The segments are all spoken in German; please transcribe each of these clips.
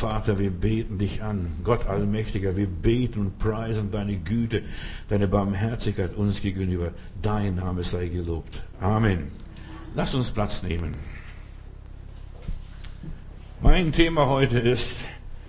Vater, wir beten dich an. Gott Allmächtiger, wir beten und preisen deine Güte, deine Barmherzigkeit uns gegenüber. Dein Name sei gelobt. Amen. Lass uns Platz nehmen. Mein Thema heute ist: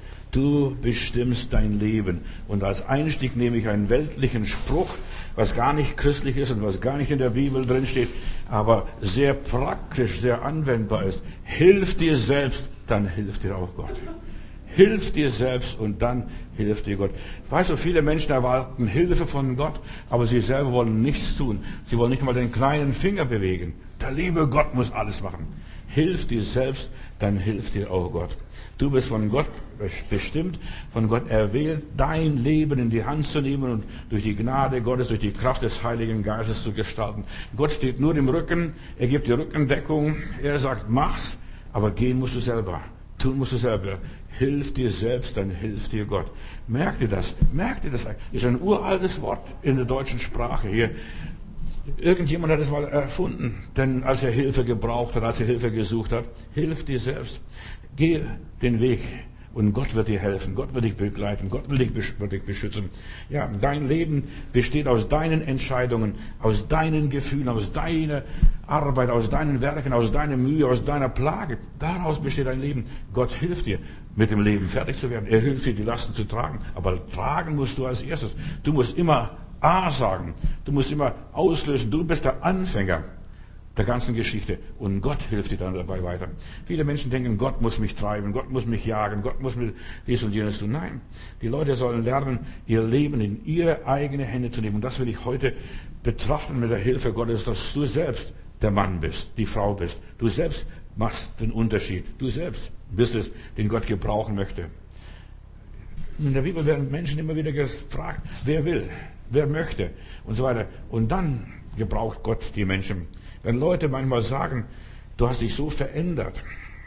Du bestimmst dein Leben. Und als Einstieg nehme ich einen weltlichen Spruch, was gar nicht christlich ist und was gar nicht in der Bibel drin steht, aber sehr praktisch, sehr anwendbar ist. Hilf dir selbst, dann hilft dir auch Gott. Hilf dir selbst und dann hilft dir Gott. Weißt du, viele Menschen erwarten Hilfe von Gott, aber sie selber wollen nichts tun. Sie wollen nicht mal den kleinen Finger bewegen. Der liebe Gott muss alles machen. Hilf dir selbst, dann hilft dir auch Gott. Du bist von Gott bestimmt, von Gott erwählt, dein Leben in die Hand zu nehmen und durch die Gnade Gottes, durch die Kraft des Heiligen Geistes zu gestalten. Gott steht nur im Rücken, er gibt die Rückendeckung, er sagt, mach's, aber gehen musst du selber, tun musst du selber. Hilf dir selbst, dann hilft dir Gott. Merkt ihr das? Merkt ihr das? Ist ein uraltes Wort in der deutschen Sprache hier. Irgendjemand hat es mal erfunden, denn als er Hilfe gebraucht hat, als er Hilfe gesucht hat, hilf dir selbst. Geh den Weg und Gott wird dir helfen, Gott wird dich begleiten, Gott wird dich beschützen. Ja, dein Leben besteht aus deinen Entscheidungen, aus deinen Gefühlen, aus deiner Arbeit, aus deinen Werken, aus deiner Mühe, aus deiner Plage. Daraus besteht dein Leben. Gott hilft dir, mit dem Leben fertig zu werden. Er hilft dir, die Lasten zu tragen. Aber tragen musst du als erstes. Du musst immer A sagen. Du musst immer auslösen. Du bist der Anfänger der ganzen Geschichte. Und Gott hilft dir dann dabei weiter. Viele Menschen denken, Gott muss mich treiben, Gott muss mich jagen, Gott muss mir dies und jenes tun. Nein, die Leute sollen lernen, ihr Leben in ihre eigenen Hände zu nehmen. Und das will ich heute betrachten mit der Hilfe Gottes, dass du selbst der Mann bist, die Frau bist. Du selbst machst den Unterschied. Du selbst bist es, den Gott gebrauchen möchte. In der Bibel werden Menschen immer wieder gefragt, wer will, wer möchte und so weiter. Und dann gebraucht Gott die Menschen. Wenn Leute manchmal sagen, du hast dich so verändert,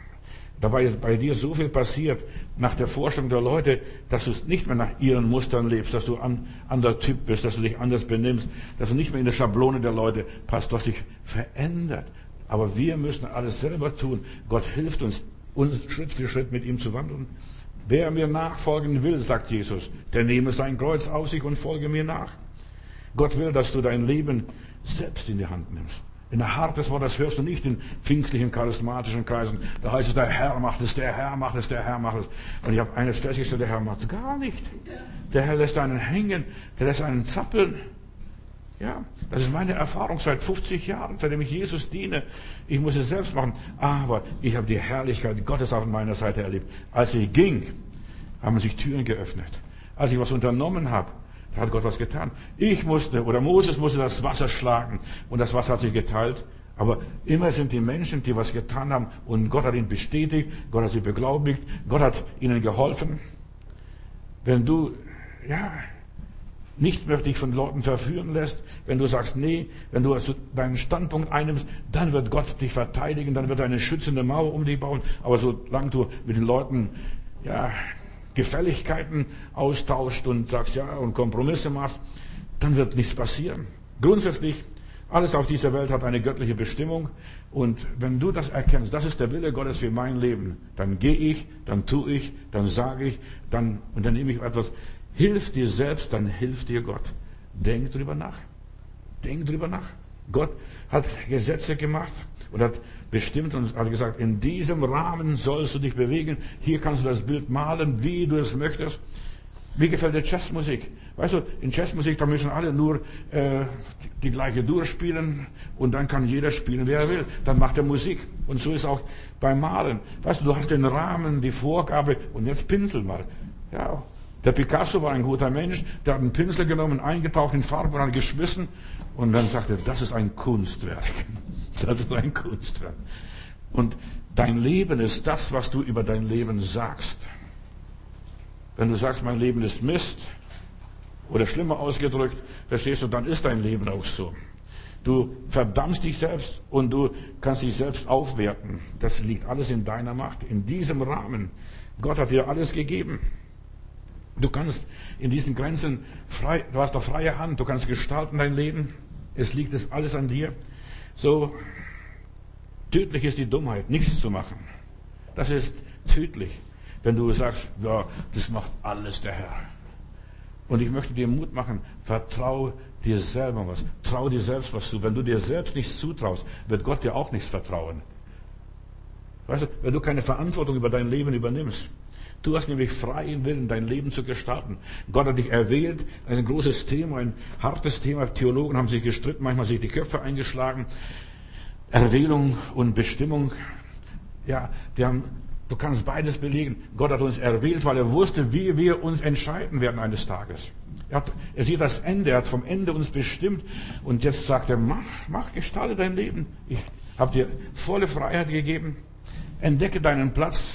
dabei ist bei dir so viel passiert nach der Vorstellung der Leute, dass du nicht mehr nach ihren Mustern lebst, dass du ein anderer Typ bist, dass du dich anders benimmst, dass du nicht mehr in der Schablone der Leute passt, du hast dich verändert. Aber wir müssen alles selber tun. Gott hilft uns Schritt für Schritt mit ihm zu wandeln. Wer mir nachfolgen will, sagt Jesus, der nehme sein Kreuz auf sich und folge mir nach. Gott will, dass du dein Leben selbst in die Hand nimmst. In der Art des Wortes hörst du nicht in pfingstlichen, charismatischen Kreisen. Da heißt es, der Herr macht es, der Herr macht es, der Herr macht es. Und ich habe eines festgestellt, der Herr macht es gar nicht. Der Herr lässt einen hängen, der lässt einen zappeln. Ja, das ist meine Erfahrung seit 50 Jahren, seitdem ich Jesus diene. Ich muss es selbst machen. Aber ich habe die Herrlichkeit Gottes auf meiner Seite erlebt. Als ich ging, haben sich Türen geöffnet. Als ich was unternommen habe, da hat Gott was getan. Moses musste das Wasser schlagen und das Wasser hat sich geteilt. Aber immer sind die Menschen, die was getan haben und Gott hat ihn bestätigt, Gott hat sie beglaubigt, Gott hat ihnen geholfen. Wenn du, nicht mehr dich von Leuten verführen lässt, wenn du sagst, nee, wenn du also deinen Standpunkt einnimmst, dann wird Gott dich verteidigen, dann wird er eine schützende Mauer um dich bauen. Aber solange du mit den Leuten, Gefälligkeiten austauscht und sagst, und Kompromisse machst, dann wird nichts passieren. Grundsätzlich, alles auf dieser Welt hat eine göttliche Bestimmung. Und wenn du das erkennst, das ist der Wille Gottes für mein Leben, dann gehe ich, dann tue ich, dann sage ich, dann unternehme ich etwas. Hilf dir selbst, dann hilft dir Gott. Denk drüber nach. Denk drüber nach. Gott hat Gesetze gemacht und hat bestimmt und hat gesagt, in diesem Rahmen sollst du dich bewegen. Hier kannst du das Bild malen, wie du es möchtest. Wie gefällt dir Jazzmusik? Weißt du, in Jazzmusik, da müssen alle nur die gleiche durchspielen und dann kann jeder spielen, wer er will. Dann macht er Musik. Und so ist auch beim Malen. Weißt du hast den Rahmen, die Vorgabe und jetzt pinsel mal. Ja. Der Picasso war ein guter Mensch, der hat einen Pinsel genommen, eingetaucht in Farbe und hat geschmissen und dann sagte er, das ist ein Kunstwerk. Das ist ein Kunstwerk. Und dein Leben ist das, was du über dein Leben sagst. Wenn du sagst, mein Leben ist Mist oder schlimmer ausgedrückt, verstehst du, dann ist dein Leben auch so. Du verdammst dich selbst und du kannst dich selbst aufwerten. Das liegt alles in deiner Macht, in diesem Rahmen. Gott hat dir alles gegeben. Du kannst in diesen Grenzen du hast doch freie Hand, du kannst gestalten dein Leben. Es liegt es alles an dir. So tödlich ist die Dummheit, nichts zu machen. Das ist tödlich. wenn du sagst, ja, das macht alles der Herr. Und ich möchte dir Mut machen, vertrau dir selber was. Trau dir selbst was zu. Wenn du dir selbst nichts zutraust, wird Gott dir auch nichts vertrauen. Weißt du, wenn du keine Verantwortung über dein Leben übernimmst. Du hast nämlich freien Willen, dein Leben zu gestalten. Gott hat dich erwählt. Ein großes Thema, ein hartes Thema. Theologen haben sich gestritten, manchmal sich die Köpfe eingeschlagen. Erwählung und Bestimmung. Ja, du kannst beides belegen. Gott hat uns erwählt, weil er wusste, wie wir uns entscheiden werden eines Tages. Er sieht das Ende, er hat vom Ende uns bestimmt. Und jetzt sagt er, gestalte dein Leben. Ich habe dir volle Freiheit gegeben. Entdecke deinen Platz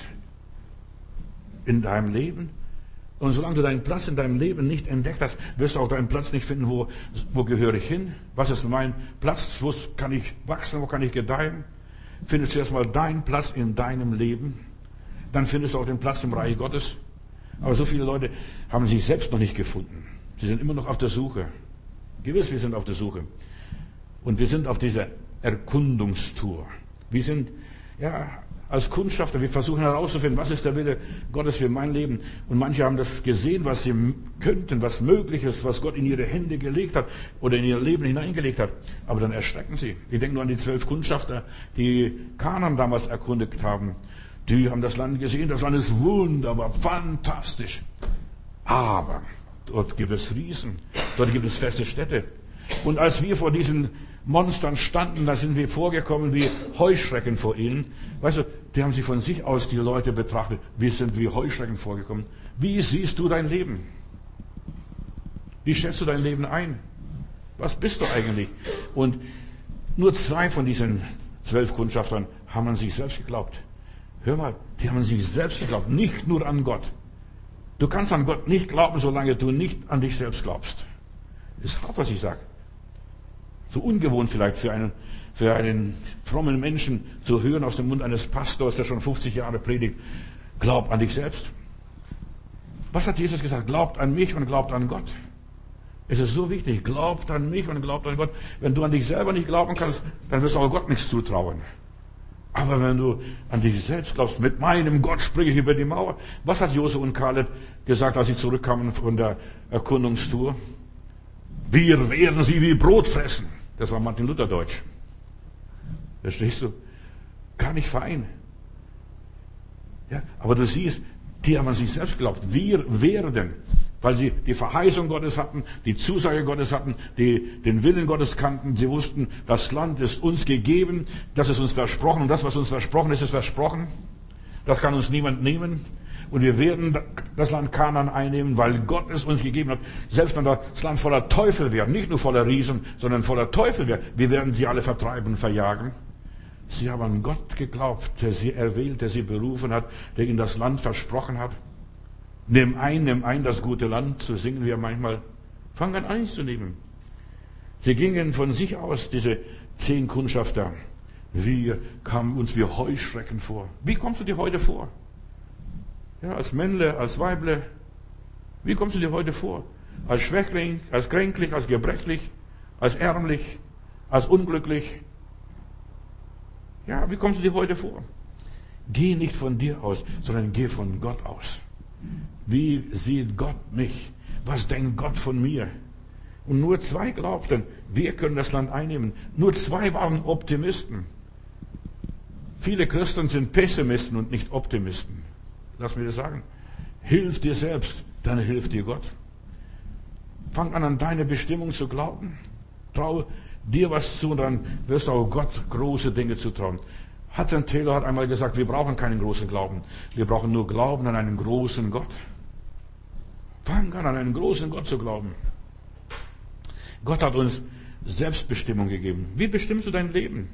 in deinem Leben. Und solange du deinen Platz in deinem Leben nicht entdeckt hast, wirst du auch deinen Platz nicht finden, wo gehöre ich hin? Was ist mein Platz? Wo kann ich wachsen? Wo kann ich gedeihen? Findest du erstmal deinen Platz in deinem Leben. Dann findest du auch den Platz im Reich Gottes. Aber so viele Leute haben sich selbst noch nicht gefunden. Sie sind immer noch auf der Suche. Gewiss, wir sind auf der Suche. Und wir sind auf dieser Erkundungstour. Wir sind, als Kundschafter, wir versuchen herauszufinden, was ist der Wille Gottes für mein Leben. Und manche haben das gesehen, was sie könnten, was möglich ist, was Gott in ihre Hände gelegt hat oder in ihr Leben hineingelegt hat. Aber dann erschrecken sie. Ich denke nur an die 12 Kundschafter, die Kanaan damals erkundigt haben. Die haben das Land gesehen, das Land ist wunderbar, fantastisch. Aber dort gibt es Riesen, dort gibt es feste Städte. Und als wir vor diesen Monstern standen, da sind wir vorgekommen wie Heuschrecken vor ihnen. Weißt du, die haben sich von sich aus die Leute betrachtet. Wir sind wie Heuschrecken vorgekommen. Wie siehst du dein Leben? Wie schätzt du dein Leben ein? Was bist du eigentlich? Und nur 2 von diesen 12 Kundschaftern haben an sich selbst geglaubt. Hör mal, die haben an sich selbst geglaubt, nicht nur an Gott. Du kannst an Gott nicht glauben, solange du nicht an dich selbst glaubst. Ist hart, was ich sage. So ungewohnt vielleicht für einen frommen Menschen zu hören aus dem Mund eines Pastors, der schon 50 Jahre predigt. Glaub an dich selbst. Was hat Jesus gesagt? Glaubt an mich und glaubt an Gott. Es ist so wichtig. Glaubt an mich und glaubt an Gott. Wenn du an dich selber nicht glauben kannst, dann wirst du auch Gott nichts zutrauen. Aber wenn du an dich selbst glaubst, mit meinem Gott springe ich über die Mauer. Was hat Josua und Kaleb gesagt, als sie zurückkamen von der Erkundungstour? Wir werden sie wie Brot fressen. Das war Martin Luther Deutsch. Verstehst du? Gar nicht fein. Ja, aber du siehst, die haben an sich selbst geglaubt. Wir werden, weil sie die Verheißung Gottes hatten, die Zusage Gottes hatten, den Willen Gottes kannten. Sie wussten, das Land ist uns gegeben, das ist uns versprochen. Und das, was uns versprochen ist, ist versprochen. Das kann uns niemand nehmen. Und wir werden das Land Kanaan einnehmen, weil Gott es uns gegeben hat. Selbst wenn das Land voller Teufel wäre, nicht nur voller Riesen, sondern voller Teufel wäre, wir werden sie alle vertreiben und verjagen. Sie haben an Gott geglaubt, der sie erwählt, der sie berufen hat, der ihnen das Land versprochen hat. Nimm ein das gute Land, so singen wir manchmal. Fang an einzunehmen. Sie gingen von sich aus, diese 10 Kundschafter. Wir kamen uns wie Heuschrecken vor. Wie kommst du dir heute vor? Ja, als Männle, als Weible. Wie kommst du dir heute vor? Als Schwächling, als kränklich, als gebrechlich, als ärmlich, als unglücklich. Ja, wie kommst du dir heute vor? Geh nicht von dir aus, sondern geh von Gott aus. Wie sieht Gott mich? Was denkt Gott von mir? Und nur 2 glaubten, wir können das Land einnehmen. Nur 2 waren Optimisten. Viele Christen sind Pessimisten und nicht Optimisten. Lass mir das sagen. Hilf dir selbst, dann hilft dir Gott. Fang an deine Bestimmung zu glauben. Trau dir was zu und dann wirst du auch Gott große Dinge zutrauen. Hudson Taylor hat einmal gesagt, wir brauchen keinen großen Glauben. Wir brauchen nur Glauben an einen großen Gott. Fang an einen großen Gott zu glauben. Gott hat uns Selbstbestimmung gegeben. Wie bestimmst du dein Leben?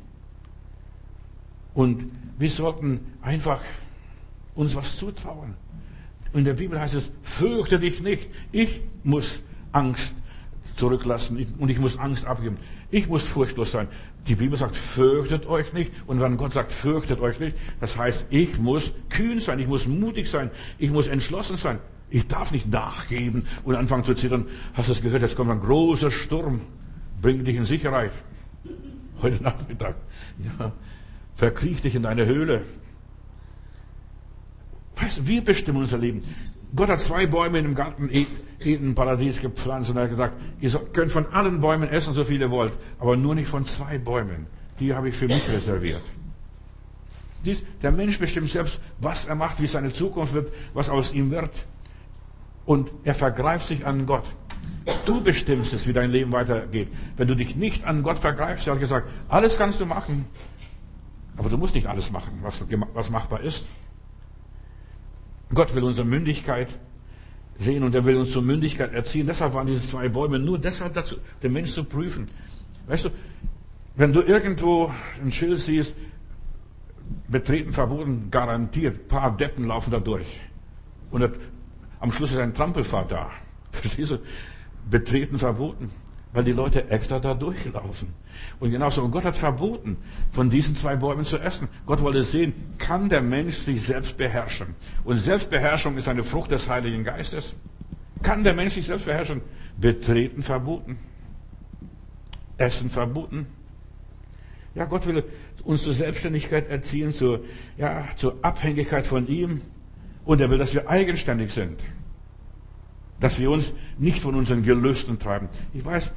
Und wir sollten einfach uns was zutrauen. In der Bibel heißt es, fürchte dich nicht. Ich muss Angst zurücklassen und ich muss Angst abgeben. Ich muss furchtlos sein. Die Bibel sagt, fürchtet euch nicht. Und wenn Gott sagt, fürchtet euch nicht, das heißt, ich muss kühn sein, ich muss mutig sein, ich muss entschlossen sein. Ich darf nicht nachgeben und anfangen zu zittern. Hast du es gehört? Jetzt kommt ein großer Sturm. Bring dich in Sicherheit. Heute Nachmittag. Ja. Verkriech dich in deine Höhle. Weißt du, wir bestimmen unser Leben. Gott hat 2 Bäume in dem Garten Eden Paradies gepflanzt und er hat gesagt, ihr könnt von allen Bäumen essen, so viel ihr wollt, aber nur nicht von 2 Bäumen. Die habe ich für mich reserviert. Der Mensch bestimmt selbst, was er macht, wie seine Zukunft wird, was aus ihm wird. Und er vergreift sich an Gott. Du bestimmst es, wie dein Leben weitergeht. Wenn du dich nicht an Gott vergreifst, er hat gesagt, alles kannst du machen, aber du musst nicht alles machen, was machbar ist. Gott will unsere Mündigkeit sehen und er will uns zur Mündigkeit erziehen. Deshalb waren diese 2 Bäume nur deshalb dazu, den Menschen zu prüfen. Weißt du, wenn du irgendwo ein Schild siehst, betreten verboten, garantiert, ein paar Deppen laufen da durch. Und am Schluss ist ein Trampelpfad da. Verstehst du? Betreten verboten, weil die Leute extra da durchlaufen. Und genauso, und Gott hat verboten, von diesen 2 Bäumen zu essen. Gott wollte sehen, kann der Mensch sich selbst beherrschen? Und Selbstbeherrschung ist eine Frucht des Heiligen Geistes. Kann der Mensch sich selbst beherrschen? Betreten verboten. Essen verboten. Ja, Gott will uns zur Selbstständigkeit erziehen, zur Abhängigkeit von ihm. Und er will, dass wir eigenständig sind. Dass wir uns nicht von unseren Gelüsten treiben. Ich weiß,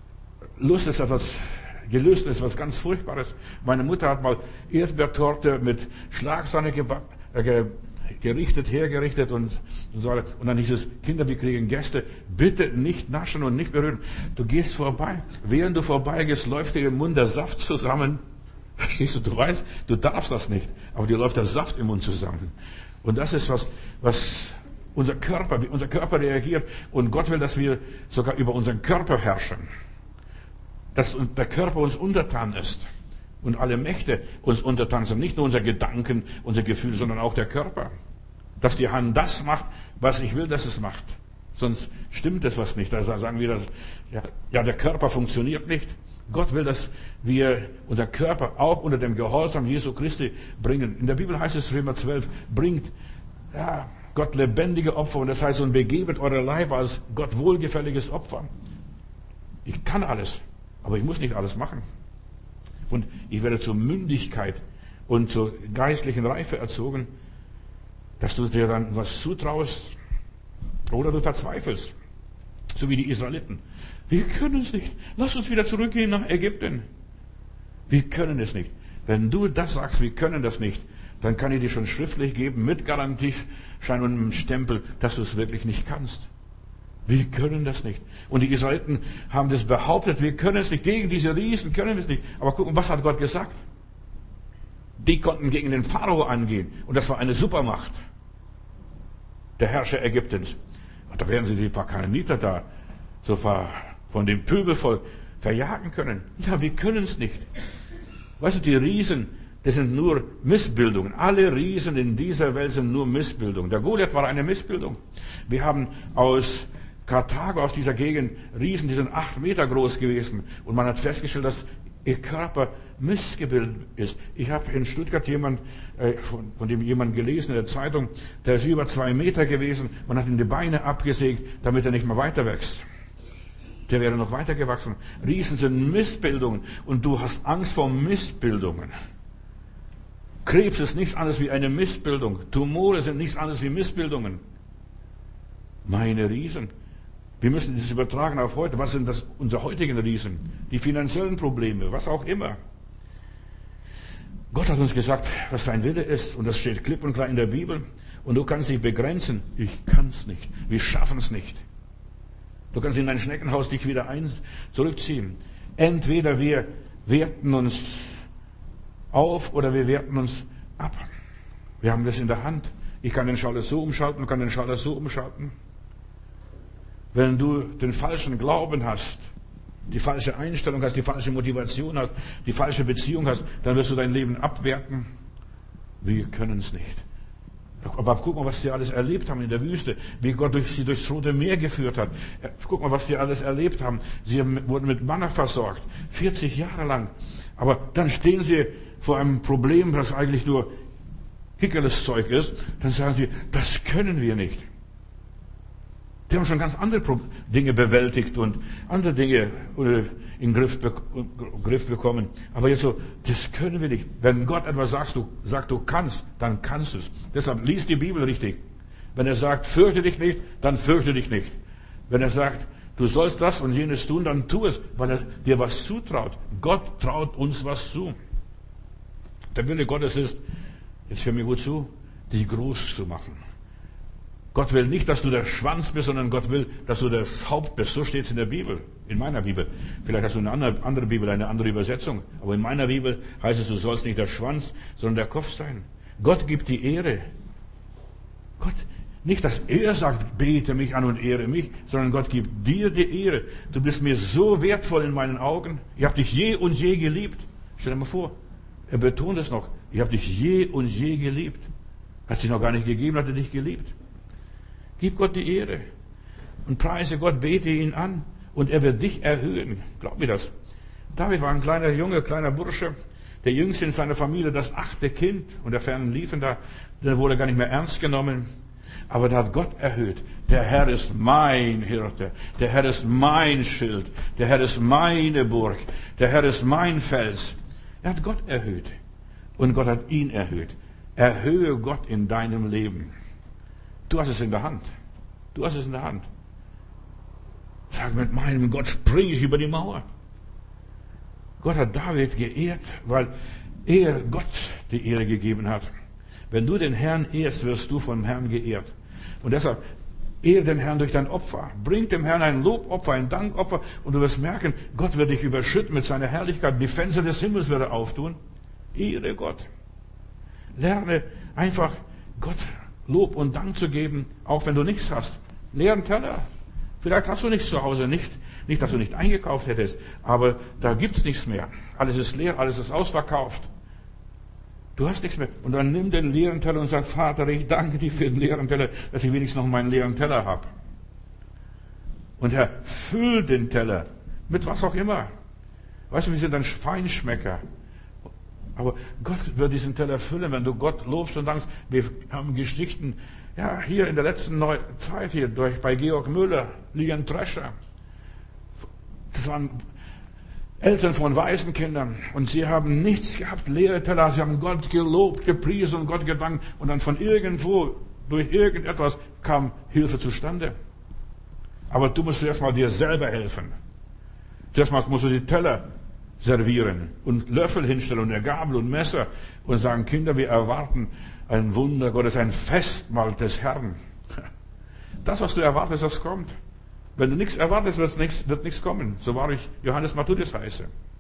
Gelüsten ist was ganz Furchtbares. Meine Mutter hat mal Erdbeertorte mit Schlagsahne hergerichtet und so weiter. Und dann hieß es, Kinder, wir kriegen Gäste, bitte nicht naschen und nicht berühren. Du gehst vorbei. Während du vorbeigehst, läuft dir im Mund der Saft zusammen. Verstehst du? Du weißt, du darfst das nicht. Aber dir läuft der Saft im Mund zusammen. Und das ist was unser Körper reagiert. Und Gott will, dass wir sogar über unseren Körper herrschen. Dass der Körper uns untertan ist. Und alle Mächte uns untertan sind. Nicht nur unser Gedanken, unser Gefühl, sondern auch der Körper. Dass die Hand das macht, was ich will, dass es macht. Sonst stimmt es was nicht. Da sagen wir, der Körper funktioniert nicht. Gott will, dass wir unser Körper auch unter dem Gehorsam Jesu Christi bringen. In der Bibel heißt es, Römer 12, bringt Gott lebendige Opfer. Und das heißt, und begebet eure Leiber als Gott wohlgefälliges Opfer. Ich kann alles, aber ich muss nicht alles machen. Und ich werde zur Mündigkeit und zur geistlichen Reife erzogen, dass du dir dann was zutraust oder du verzweifelst. So wie die Israeliten. Wir können es nicht. Lass uns wieder zurückgehen nach Ägypten. Wir können es nicht. Wenn du das sagst, wir können das nicht, dann kann ich dir schon schriftlich geben, mit Garantieschein und einem Stempel, dass du es wirklich nicht kannst. Wir können das nicht. Und die Israeliten haben das behauptet, wir können es nicht. Gegen diese Riesen können wir es nicht. Aber guck mal, was hat Gott gesagt? Die konnten gegen den Pharao angehen. Und das war eine Supermacht. Der Herrscher Ägyptens. Und da werden sie die paar Kanaaniter da so von dem Pöbelvolk verjagen können. Ja, wir können es nicht. Weißt du, die Riesen, das sind nur Missbildungen. Alle Riesen in dieser Welt sind nur Missbildungen. Der Goliath war eine Missbildung. Wir haben aus Karthago, aus dieser Gegend, Riesen, die sind 8 Meter groß gewesen. Und man hat festgestellt, dass ihr Körper missgebildet ist. Ich habe in Stuttgart von dem jemand gelesen in der Zeitung, der ist über 2 Meter gewesen. Man hat ihm die Beine abgesägt, damit er nicht mehr weiter wächst. Der wäre noch weiter gewachsen. Riesen sind Missbildungen. Und du hast Angst vor Missbildungen. Krebs ist nichts anderes wie eine Missbildung. Tumore sind nichts anderes wie Missbildungen. Meine Riesen. Wir müssen das übertragen auf heute. Was sind das unsere heutigen Riesen? Die finanziellen Probleme, was auch immer. Gott hat uns gesagt, was sein Wille ist. Und das steht klipp und klar in der Bibel. Und du kannst dich begrenzen. Ich kann es nicht. Wir schaffen es nicht. Du kannst in dein Schneckenhaus dich wieder zurückziehen. Entweder wir werten uns auf oder wir werten uns ab. Wir haben das in der Hand. Ich kann den Schalter so umschalten, du kannst den Schalter so umschalten. Wenn du den falschen Glauben hast, die falsche Einstellung hast, die falsche Motivation hast, die falsche Beziehung hast, dann wirst du dein Leben abwerten. Wir können es nicht. Aber guck mal, was sie alles erlebt haben in der Wüste, wie Gott sie durchs Rote Meer geführt hat. Guck mal, was sie alles erlebt haben. Sie wurden mit Manna versorgt, 40 Jahre lang. Aber dann stehen sie vor einem Problem, das eigentlich nur Kickerles Zeug ist. Dann sagen sie, das können wir nicht. Die haben schon ganz andere Dinge bewältigt und andere Dinge in den Griff bekommen. Aber jetzt so, das können wir nicht. Wenn Gott etwas sagt, du kannst, dann kannst du es. Deshalb lies die Bibel richtig. Wenn er sagt, fürchte dich nicht, dann fürchte dich nicht. Wenn er sagt, du sollst das und jenes tun, dann tu es, weil er dir was zutraut. Gott traut uns was zu. Der Wille Gottes ist, jetzt hör mir gut zu, dich groß zu machen. Gott will nicht, dass du der Schwanz bist, sondern Gott will, dass du das Haupt bist. So steht es in der Bibel, in meiner Bibel. Vielleicht hast du eine andere Bibel, eine andere Übersetzung. Aber in meiner Bibel heißt es, du sollst nicht der Schwanz, sondern der Kopf sein. Gott gibt die Ehre. Gott, nicht, dass er sagt, bete mich an und ehre mich, sondern Gott gibt dir die Ehre. Du bist mir so wertvoll in meinen Augen. Ich habe dich je und je geliebt. Stell dir mal vor, er betont es noch. Ich habe dich je und je geliebt. Hat sich noch gar nicht gegeben, hat er dich geliebt. Gib Gott die Ehre und preise Gott, bete ihn an und er wird dich erhöhen. Glaub mir das. David war ein kleiner Junge, kleiner Bursche, der Jüngste in seiner Familie, das 8. Kind und der Fernen liefen da, der wurde gar nicht mehr ernst genommen. Aber da hat Gott erhöht. Der Herr ist mein Hirte, der Herr ist mein Schild, der Herr ist meine Burg, der Herr ist mein Fels. Er hat Gott erhöht und Gott hat ihn erhöht. Erhöhe Gott in deinem Leben. Du hast es in der Hand. Du hast es in der Hand. Sag, mit meinem Gott springe ich über die Mauer. Gott hat David geehrt, weil er Gott die Ehre gegeben hat. Wenn du den Herrn ehrst, wirst du vom Herrn geehrt. Und deshalb, ehre den Herrn durch dein Opfer. Bring dem Herrn ein Lobopfer, ein Dankopfer. Und du wirst merken, Gott wird dich überschütten mit seiner Herrlichkeit. Die Fenster des Himmels wird er auftun. Ehre Gott. Lerne einfach Gott Lob und Dank zu geben, auch wenn du nichts hast. Leeren Teller. Vielleicht hast du nichts zu Hause, nicht, dass du nicht eingekauft hättest, aber da gibt's nichts mehr. Alles ist leer, alles ist ausverkauft. Du hast nichts mehr. Und dann nimm den leeren Teller und sag, Vater, ich danke dir für den leeren Teller, dass ich wenigstens noch meinen leeren Teller habe. Und Herr, füll den Teller mit was auch immer. Weißt du, wir sind ein Feinschmecker. Aber Gott wird diesen Teller füllen, wenn du Gott lobst und dankst. Wir haben Geschichten, ja, hier in der letzten Zeit hier, bei Georg Müller, Lilian Drescher. Das waren Eltern von Waisenkindern. Und sie haben nichts gehabt, leere Teller. Sie haben Gott gelobt, gepriesen und Gott gedankt. Und dann von irgendwo, durch irgendetwas, kam Hilfe zustande. Aber du musst zuerst mal dir selber helfen. Zuerst mal musst du die Teller servieren und Löffel hinstellen und eine Gabel und Messer und sagen, Kinder, wir erwarten ein Wunder Gottes, ein Festmahl des Herrn. Das, was du erwartest, das kommt. Wenn du nichts erwartest, wird nichts kommen. So wahr ich Johannes Matthäus heiße.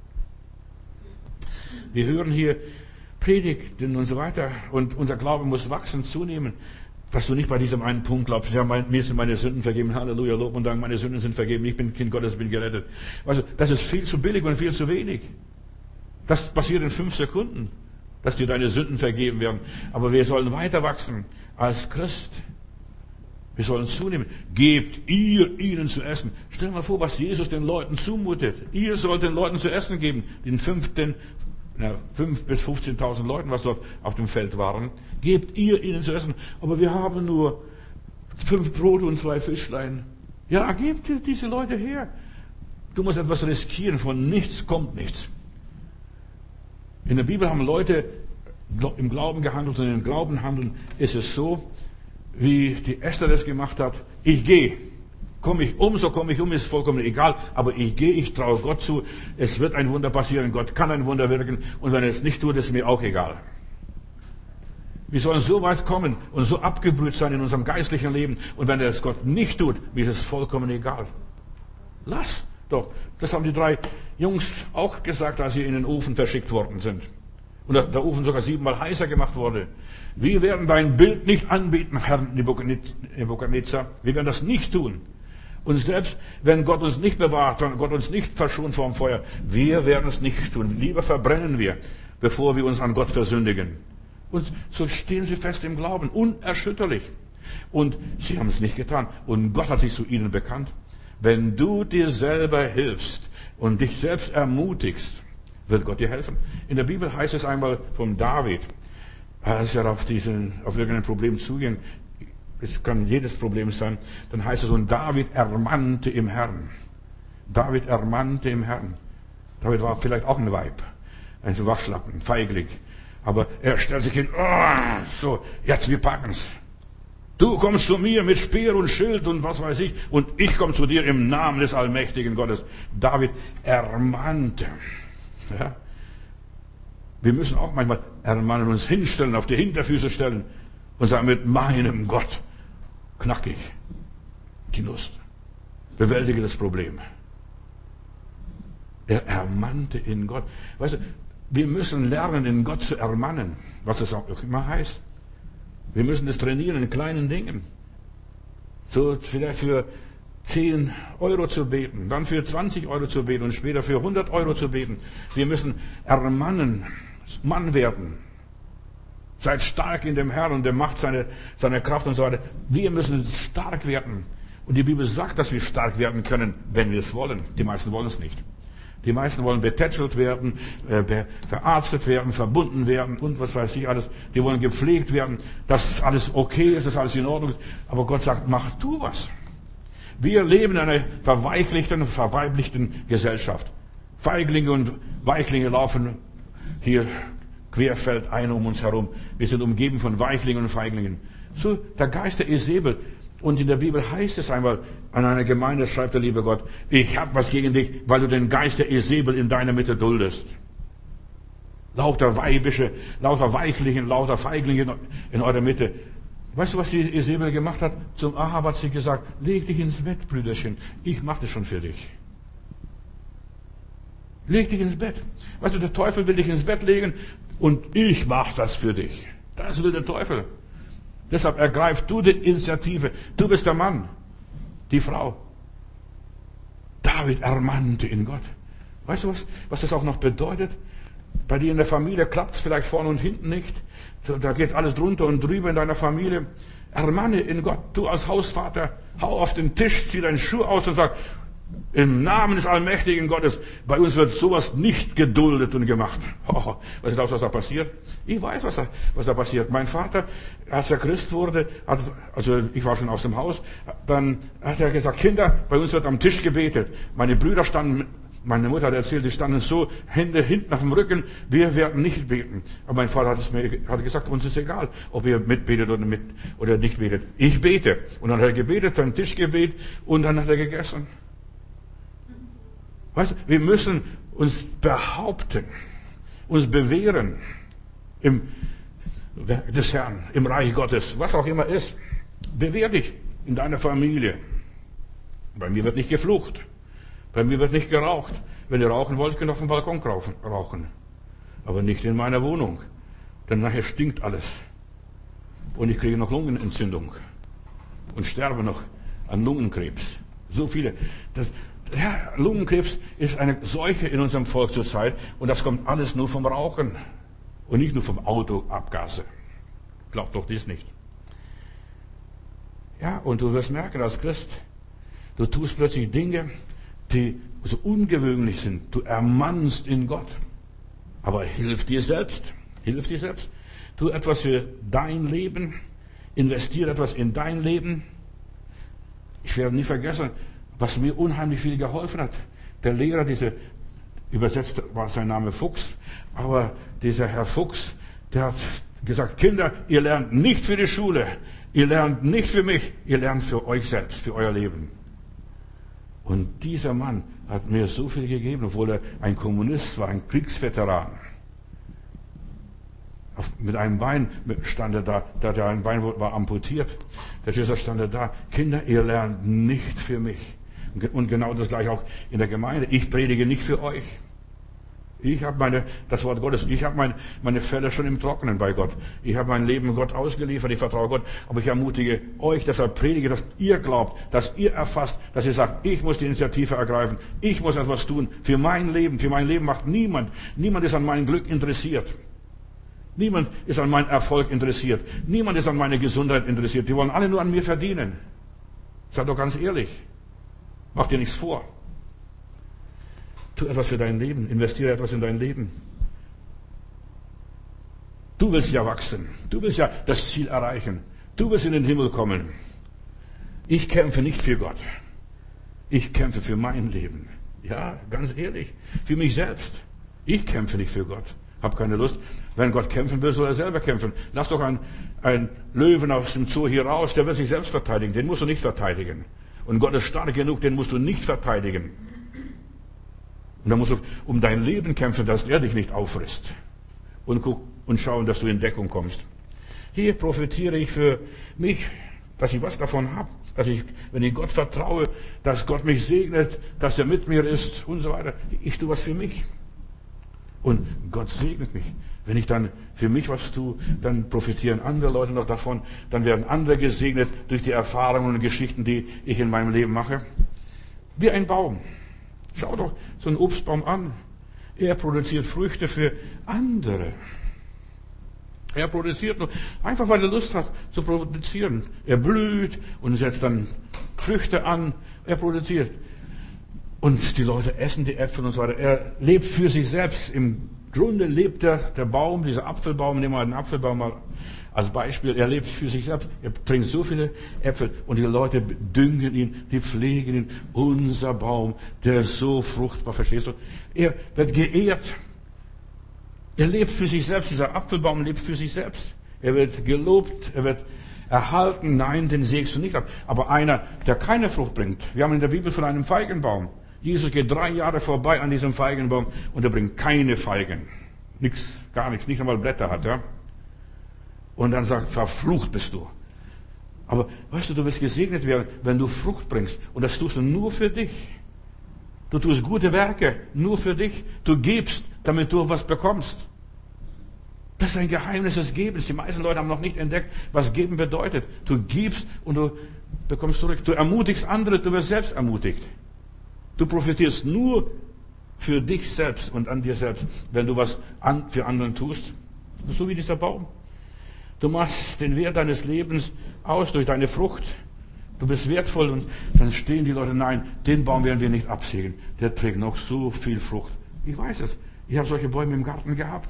Wir hören hier Predigten und so weiter und unser Glaube muss wachsen, zunehmen. Dass du nicht bei diesem einen Punkt glaubst, ja, mir sind meine Sünden vergeben, Halleluja, Lob und Dank, meine Sünden sind vergeben, ich bin Kind Gottes, bin gerettet. Also, das ist viel zu billig und viel zu wenig. Das passiert in 5 Sekunden, dass dir deine Sünden vergeben werden. Aber wir sollen weiter wachsen als Christ. Wir sollen zunehmen. Gebt ihr ihnen zu essen. Stell dir mal vor, was Jesus den Leuten zumutet. Ihr sollt den Leuten zu essen geben. Den 5 bis 15.000 Leuten, was dort auf dem Feld waren. Gebt ihr ihnen zu essen. Aber wir haben nur 5 Brote und 2 Fischlein. Ja, gebt diese Leute her. Du musst etwas riskieren. Von nichts kommt nichts. In der Bibel haben Leute im Glauben gehandelt und im Glauben handeln ist es so, wie die Esther das gemacht hat. Ich gehe. Komme ich um, so komme ich um, ist vollkommen egal. Aber ich gehe, ich traue Gott zu. Es wird ein Wunder passieren. Gott kann ein Wunder wirken. Und wenn er es nicht tut, ist mir auch egal. Wir sollen so weit kommen und so abgebrüht sein in unserem geistlichen Leben. Und wenn er es Gott nicht tut, mir ist es vollkommen egal. Lass doch. Das haben die 3 Jungs auch gesagt, als sie in den Ofen verschickt worden sind. Und der Ofen sogar 7-mal heißer gemacht wurde. Wir werden dein Bild nicht anbeten, Herr Nebukadnezar. Wir werden das nicht tun. Und selbst wenn Gott uns nicht bewahrt, wenn Gott uns nicht verschont vom Feuer, wir werden es nicht tun. Lieber verbrennen wir, bevor wir uns an Gott versündigen. Und so stehen sie fest im Glauben, unerschütterlich. Und sie haben es nicht getan. Und Gott hat sich zu ihnen bekannt. Wenn du dir selber hilfst und dich selbst ermutigst, wird Gott dir helfen. In der Bibel heißt es einmal von David, als er auf irgendein Problem zuging, es kann jedes Problem sein, dann heißt es, und David ermannte im Herrn. David ermannte im Herrn. David war vielleicht auch ein Weib, ein Waschlappen, ein Feigling. Aber er stellt sich hin, oh, so, jetzt wir packen's. Du kommst zu mir mit Speer und Schild und was weiß ich, und ich komme zu dir im Namen des allmächtigen Gottes. David ermannte. Ja? Wir müssen auch manchmal ermahnen, uns hinstellen, auf die Hinterfüße stellen und sagen, mit meinem Gott knackig die Nuss. Bewältige das Problem. Er ermannte in Gott. Weißt du, wir müssen lernen, in Gott zu ermannen, was es auch immer heißt. Wir müssen das trainieren in kleinen Dingen. So vielleicht für 10 Euro zu beten, dann für 20 Euro zu beten und später für 100 Euro zu beten. Wir müssen ermannen, Mann werden. Seid stark in dem Herrn und der macht seine Kraft und so weiter. Wir müssen stark werden. Und die Bibel sagt, dass wir stark werden können, wenn wir es wollen. Die meisten wollen es nicht. Die meisten wollen betätschelt werden, verarztet werden, verbunden werden und was weiß ich alles. Die wollen gepflegt werden, dass alles okay ist, dass alles in Ordnung ist. Aber Gott sagt, mach du was. Wir leben in einer verweichlichten, verweiblichten Gesellschaft. Feiglinge und Weichlinge laufen hier querfeldein um uns herum. Wir sind umgeben von Weichlingen und Feiglingen. So der Geist der Isabel. Und in der Bibel heißt es einmal, an einer Gemeinde schreibt der liebe Gott, ich habe was gegen dich, weil du den Geist der Isabel in deiner Mitte duldest. Lauter Weibische, lauter Weichlichen, lauter Feiglinge in eurer Mitte. Weißt du, was die Isabel gemacht hat? Zum Ahab hat sie gesagt, leg dich ins Bett, Brüderchen, ich mache das schon für dich. Leg dich ins Bett. Weißt du, der Teufel will dich ins Bett legen und ich mache das für dich. Das will der Teufel. Deshalb ergreif du die Initiative. Du bist der Mann, die Frau. David ermannte in Gott. Weißt du, was das auch noch bedeutet? Bei dir in der Familie klappt es vielleicht vorne und hinten nicht. Da geht alles drunter und drüber in deiner Familie. Ermanne in Gott. Du als Hausvater, hau auf den Tisch, zieh deinen Schuh aus und sag, im Namen des allmächtigen Gottes, bei uns wird sowas nicht geduldet und gemacht. Oh, weißt du, was da passiert? Ich weiß, was da passiert. Mein Vater, als er Christ wurde, also ich war schon aus dem Haus, dann hat er gesagt, Kinder, bei uns wird am Tisch gebetet. Meine Brüder standen, meine Mutter hat erzählt, die standen so, Hände hinten auf dem Rücken, wir werden nicht beten. Aber mein Vater hat gesagt, uns ist egal, ob ihr mitbetet oder nicht betet. Ich bete. Und dann hat er gebetet, sein Tischgebet, und dann hat er gegessen. Weißt du, wir müssen uns behaupten, uns bewähren im Werk des Herrn, im Reich Gottes, was auch immer ist. Bewehr dich in deiner Familie. Bei mir wird nicht geflucht. Bei mir wird nicht geraucht. Wenn ihr rauchen wollt, könnt ihr auf dem Balkon rauchen. Aber nicht in meiner Wohnung. Denn nachher stinkt alles. Und ich kriege noch Lungenentzündung. Und sterbe noch an Lungenkrebs. So viele. Ja, Lungenkrebs ist eine Seuche in unserem Volk zurzeit und das kommt alles nur vom Rauchen und nicht nur vom Autoabgase. Glaubt doch dies nicht. Ja, und du wirst merken als Christ, du tust plötzlich Dinge, die so ungewöhnlich sind. Du ermannst in Gott. Aber hilf dir selbst. Hilf dir selbst. Tu etwas für dein Leben. Investiere etwas in dein Leben. Ich werde nie vergessen, was mir unheimlich viel geholfen hat. Der Lehrer, übersetzt war sein Name Fuchs, aber dieser Herr Fuchs, der hat gesagt, Kinder, ihr lernt nicht für die Schule, ihr lernt nicht für mich, ihr lernt für euch selbst, für euer Leben. Und dieser Mann hat mir so viel gegeben, obwohl er ein Kommunist war, ein Kriegsveteran. Mit einem Bein stand er da, ein Bein war amputiert. Der Jesus stand er da, Kinder, ihr lernt nicht für mich. Und genau das gleiche auch in der Gemeinde. Ich predige nicht für euch. Ich habe das Wort Gottes, ich habe meine Fälle schon im Trockenen bei Gott. Ich habe mein Leben Gott ausgeliefert, ich vertraue Gott. Aber ich ermutige euch, deshalb predige, dass ihr glaubt, dass ihr erfasst, dass ihr sagt, ich muss die Initiative ergreifen. Ich muss etwas tun für mein Leben. Für mein Leben macht niemand. Niemand ist an mein Glück interessiert. Niemand ist an meinen Erfolg interessiert. Niemand ist an meine Gesundheit interessiert. Die wollen alle nur an mir verdienen. Seid doch ganz ehrlich. Mach dir nichts vor. Tu etwas für dein Leben. Investiere etwas in dein Leben. Du willst ja wachsen. Du willst ja das Ziel erreichen. Du wirst in den Himmel kommen. Ich kämpfe nicht für Gott. Ich kämpfe für mein Leben. Ja, ganz ehrlich. Für mich selbst. Ich kämpfe nicht für Gott. Hab keine Lust. Wenn Gott kämpfen will, soll er selber kämpfen. Lass doch einen Löwen aus dem Zoo hier raus, der wird sich selbst verteidigen. Den musst du nicht verteidigen. Und Gott ist stark genug, den musst du nicht verteidigen. Und dann musst du um dein Leben kämpfen, dass er dich nicht auffrisst. Und schauen, dass du in Deckung kommst. Hier profitiere ich für mich, dass ich was davon habe. Dass ich, wenn ich Gott vertraue, dass Gott mich segnet, dass er mit mir ist und so weiter. Ich tue was für mich. Und Gott segnet mich. Wenn ich dann für mich was tue, dann profitieren andere Leute noch davon. Dann werden andere gesegnet durch die Erfahrungen und Geschichten, die ich in meinem Leben mache. Wie ein Baum. Schau doch so einen Obstbaum an. Er produziert Früchte für andere. Er produziert nur, einfach weil er Lust hat zu produzieren. Er blüht und setzt dann Früchte an. Er produziert. Und die Leute essen die Äpfel und so weiter. Er lebt für sich selbst. Im Grunde lebt der Baum, dieser Apfelbaum, nehmen wir den Apfelbaum mal als Beispiel. Er lebt für sich selbst. Er trinkt so viele Äpfel und die Leute düngen ihn, die pflegen ihn. Unser Baum, der ist so fruchtbar, verstehst du? Er wird geehrt. Er lebt für sich selbst. Dieser Apfelbaum lebt für sich selbst. Er wird gelobt, er wird erhalten. Nein, den sägst du nicht ab. Aber einer, der keine Frucht bringt. Wir haben in der Bibel von einem Feigenbaum. Jesus geht 3 Jahre vorbei an diesem Feigenbaum und er bringt keine Feigen. Nichts, gar nichts, nicht einmal Blätter hat er. Und dann sagt, verflucht bist du. Aber weißt du, du wirst gesegnet werden, wenn du Frucht bringst. Und das tust du nur für dich. Du tust gute Werke nur für dich. Du gibst, damit du was bekommst. Das ist ein Geheimnis des Gebens. Die meisten Leute haben noch nicht entdeckt, was Geben bedeutet. Du gibst und du bekommst zurück. Du ermutigst andere, du wirst selbst ermutigt. Du profitierst nur für dich selbst und an dir selbst, wenn du was für anderen tust. So wie dieser Baum. Du machst den Wert deines Lebens aus durch deine Frucht. Du bist wertvoll und dann stehen die Leute, nein, den Baum werden wir nicht absägen. Der trägt noch so viel Frucht. Ich weiß es. Ich habe solche Bäume im Garten gehabt.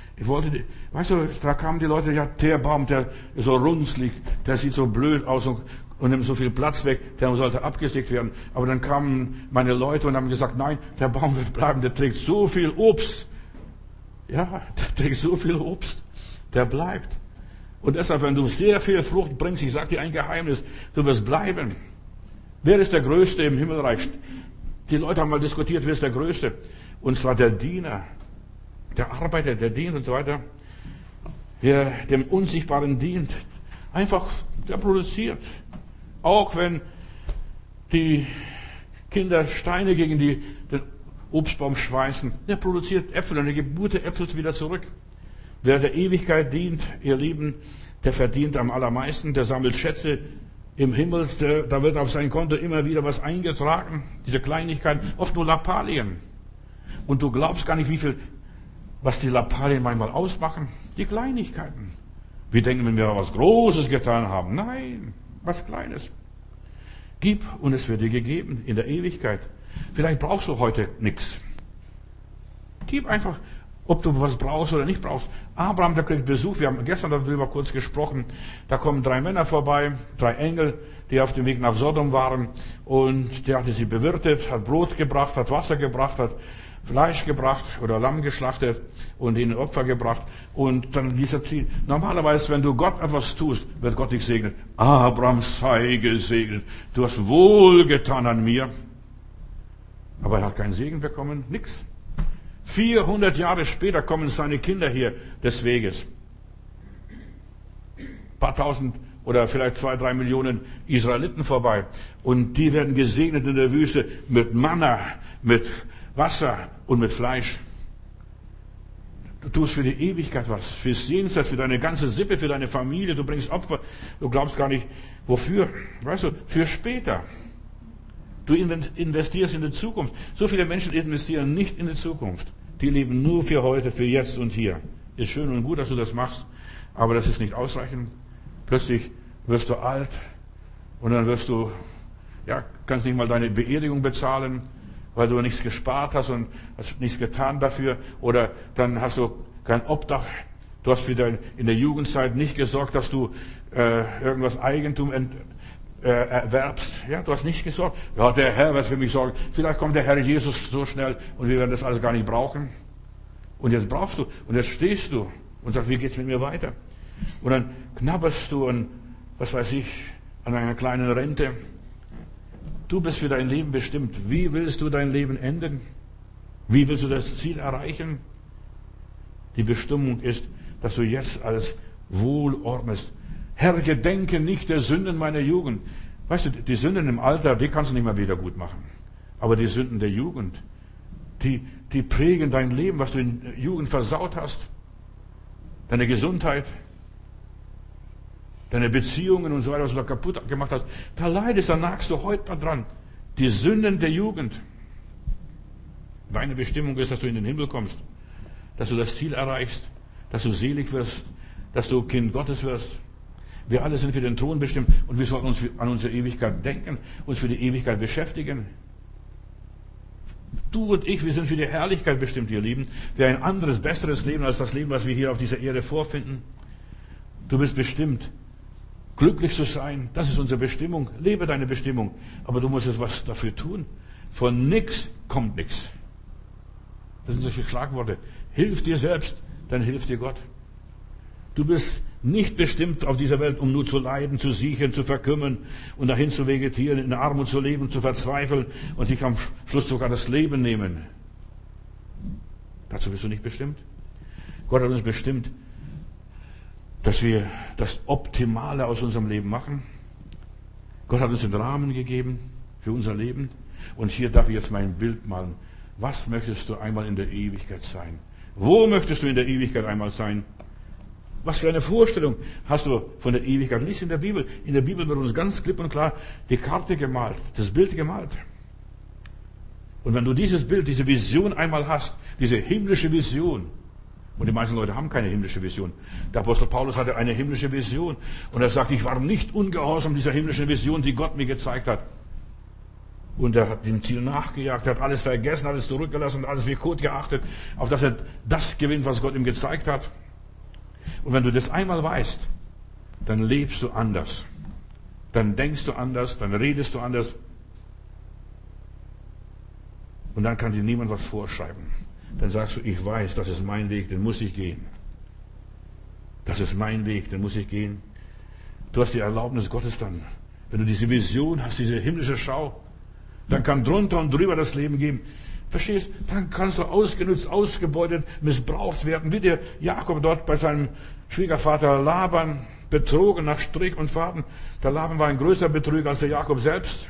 Weißt du, da kamen die Leute, ja, der Baum, der ist so runzlig, der sieht so blöd aus und nimmt so viel Platz weg, der sollte abgesägt werden. Aber dann kamen meine Leute und haben gesagt, nein, der Baum wird bleiben, der trägt so viel Obst. Ja, der trägt so viel Obst, der bleibt. Und deshalb, wenn du sehr viel Frucht bringst, ich sage dir ein Geheimnis, du wirst bleiben. Wer ist der Größte im Himmelreich? Die Leute haben mal diskutiert, wer ist der Größte? Und zwar der Diener, der Arbeiter, der dient und so weiter. Wer dem Unsichtbaren dient, einfach, der produziert. Auch wenn die Kinder Steine gegen den Obstbaum schmeißen, der produziert Äpfel und er gibt gute Äpfel wieder zurück. Wer der Ewigkeit dient, ihr Lieben, der verdient am allermeisten, der sammelt Schätze im Himmel, da wird auf sein Konto immer wieder was eingetragen, diese Kleinigkeiten, oft nur Lappalien. Und du glaubst gar nicht, was die Lappalien manchmal ausmachen, die Kleinigkeiten. Wir denken, wenn wir was Großes getan haben, nein, was Kleines. Gib und es wird dir gegeben in der Ewigkeit. Vielleicht brauchst du heute nichts. Gib einfach, ob du was brauchst oder nicht brauchst. Abraham, der kriegt Besuch. Wir haben gestern darüber kurz gesprochen. Da kommen 3 Männer vorbei, 3 Engel, die auf dem Weg nach Sodom waren. Und der hatte sie bewirtet, hat Brot gebracht, hat Wasser gebracht, hat Fleisch gebracht oder Lamm geschlachtet und ihnen Opfer gebracht. Und dann ließ er ziehen. Normalerweise, wenn du Gott etwas tust, wird Gott dich segnen. Abraham sei gesegnet. Du hast wohlgetan an mir. Aber er hat keinen Segen bekommen, nix. 400 Jahre später kommen seine Kinder hier des Weges. Ein paar tausend oder vielleicht 2-3 Millionen Israeliten vorbei. Und die werden gesegnet in der Wüste mit Manna, mit Wasser und mit Fleisch. Du tust für die Ewigkeit was, fürs Jenseits, für deine ganze Sippe, für deine Familie. Du bringst Opfer. Du glaubst gar nicht, wofür. Weißt du, für später. Du investierst in die Zukunft. So viele Menschen investieren nicht in die Zukunft. Die leben nur für heute, für jetzt und hier. Ist schön und gut, dass du das machst, aber das ist nicht ausreichend. Plötzlich wirst du alt und dann kannst nicht mal deine Beerdigung bezahlen, weil du nichts gespart hast und hast nichts getan dafür. Oder dann hast du kein Obdach Du hast in der Jugendzeit nicht gesorgt, dass du irgendwas Eigentum erwerbst. Ja, du hast nicht gesorgt. Ja, der Herr wird für mich sorgen. Vielleicht kommt der Herr Jesus so schnell und wir werden das alles gar nicht brauchen. Und jetzt brauchst du, und jetzt stehst du und sagst, wie geht's mit mir weiter? Und dann knabberst du an, was weiß ich, an einer kleinen Rente. Du bist für dein Leben bestimmt. Wie willst du dein Leben enden? Wie willst du das Ziel erreichen? Die Bestimmung ist, dass du jetzt alles wohlordnest. Herr, gedenke nicht der Sünden meiner Jugend. Weißt du, die Sünden im Alter, die kannst du nicht mehr wieder gut machen. Aber die Sünden der Jugend, die prägen dein Leben, was du in der Jugend versaut hast. Deine Gesundheit, deine Beziehungen und so weiter, was du da kaputt gemacht hast. Da leidest, da nagst du heute dran. Die Sünden der Jugend. Deine Bestimmung ist, dass du in den Himmel kommst. Dass du das Ziel erreichst. Dass du selig wirst. Dass du Kind Gottes wirst. Wir alle sind für den Thron bestimmt und wir sollten uns an unsere Ewigkeit denken, uns für die Ewigkeit beschäftigen. Du und ich, wir sind für die Herrlichkeit bestimmt, ihr Lieben. Für ein anderes, besseres Leben als das Leben, was wir hier auf dieser Erde vorfinden. Du bist bestimmt, glücklich zu sein. Das ist unsere Bestimmung. Lebe deine Bestimmung. Aber du musst jetzt was dafür tun. Von nichts kommt nichts. Das sind solche Schlagworte. Hilf dir selbst, dann hilft dir Gott. Du bist nicht bestimmt auf dieser Welt, um nur zu leiden, zu siechen, zu verkümmern und dahin zu vegetieren, in der Armut zu leben, zu verzweifeln und sich am Schluss sogar das Leben nehmen. Dazu bist du nicht bestimmt. Gott hat uns bestimmt, dass wir das Optimale aus unserem Leben machen. Gott hat uns den Rahmen gegeben für unser Leben. Und hier darf ich jetzt mein Bild malen. Was möchtest du einmal in der Ewigkeit sein? Wo möchtest du in der Ewigkeit einmal sein? Was für eine Vorstellung hast du von der Ewigkeit? Lies in der Bibel. In der Bibel wird uns ganz klipp und klar die Karte gemalt, das Bild gemalt. Und wenn du dieses Bild, diese Vision einmal hast, diese himmlische Vision, und die meisten Leute haben keine himmlische Vision. Der Apostel Paulus hatte eine himmlische Vision. Und er sagt, ich war nicht ungehorsam dieser himmlischen Vision, die Gott mir gezeigt hat. Und er hat dem Ziel nachgejagt, er hat alles vergessen, alles zurückgelassen, alles wie Kot geachtet, auf dass er das gewinnt, was Gott ihm gezeigt hat. Und wenn du das einmal weißt, dann lebst du anders. Dann denkst du anders, dann redest du anders. Und dann kann dir niemand was vorschreiben. Dann sagst du, ich weiß, das ist mein Weg, den muss ich gehen. Das ist mein Weg, den muss ich gehen. Du hast die Erlaubnis Gottes dann. Wenn du diese Vision hast, diese himmlische Schau, dann kann drunter und drüber das Leben geben. Verstehst? Dann kannst du ausgenutzt, ausgebeutet, missbraucht werden, wie der Jakob dort bei seinem Schwiegervater Laban, betrogen nach Strick und Faden. Der Laban war ein größerer Betrüger als der Jakob selbst.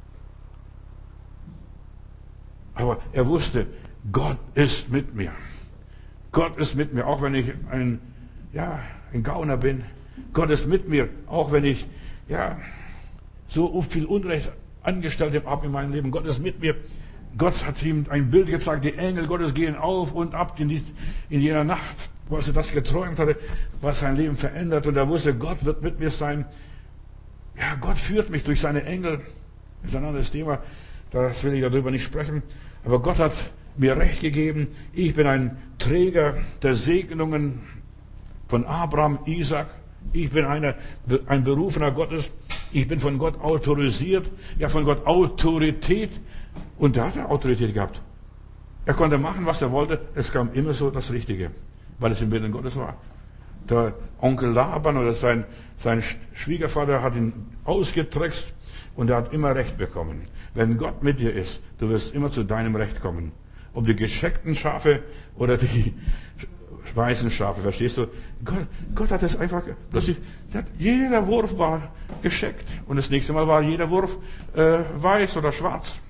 Aber er wusste, Gott ist mit mir. Gott ist mit mir, auch wenn ich ein Gauner bin. Gott ist mit mir, auch wenn ich so viel Unrecht angestellt habe in meinem Leben. Gott ist mit mir. Gott hat ihm ein Bild gezeigt, die Engel Gottes gehen auf und ab in jener Nacht, wo er das geträumt hatte, was sein Leben verändert. Und er wusste, Gott wird mit mir sein. Ja, Gott führt mich durch seine Engel. Das ist ein anderes Thema, das will ich darüber nicht sprechen. Aber Gott hat mir Recht gegeben. Ich bin ein Träger der Segnungen von Abraham, Isaac. Ich bin ein Berufener Gottes. Ich bin von Gott autorisiert. Ja, von Gott Autorität. Und er hat Autorität gehabt. Er konnte machen, was er wollte. Es kam immer so das Richtige, weil es im Willen Gottes war. Der Onkel Laban oder sein Schwiegervater hat ihn ausgetrickst und er hat immer Recht bekommen. Wenn Gott mit dir ist, du wirst immer zu deinem Recht kommen. Ob die gescheckten Schafe oder die weißen Schafe, verstehst du? Gott hat es einfach, plötzlich, jeder Wurf war gescheckt. Und das nächste Mal war jeder Wurf weiß oder schwarz.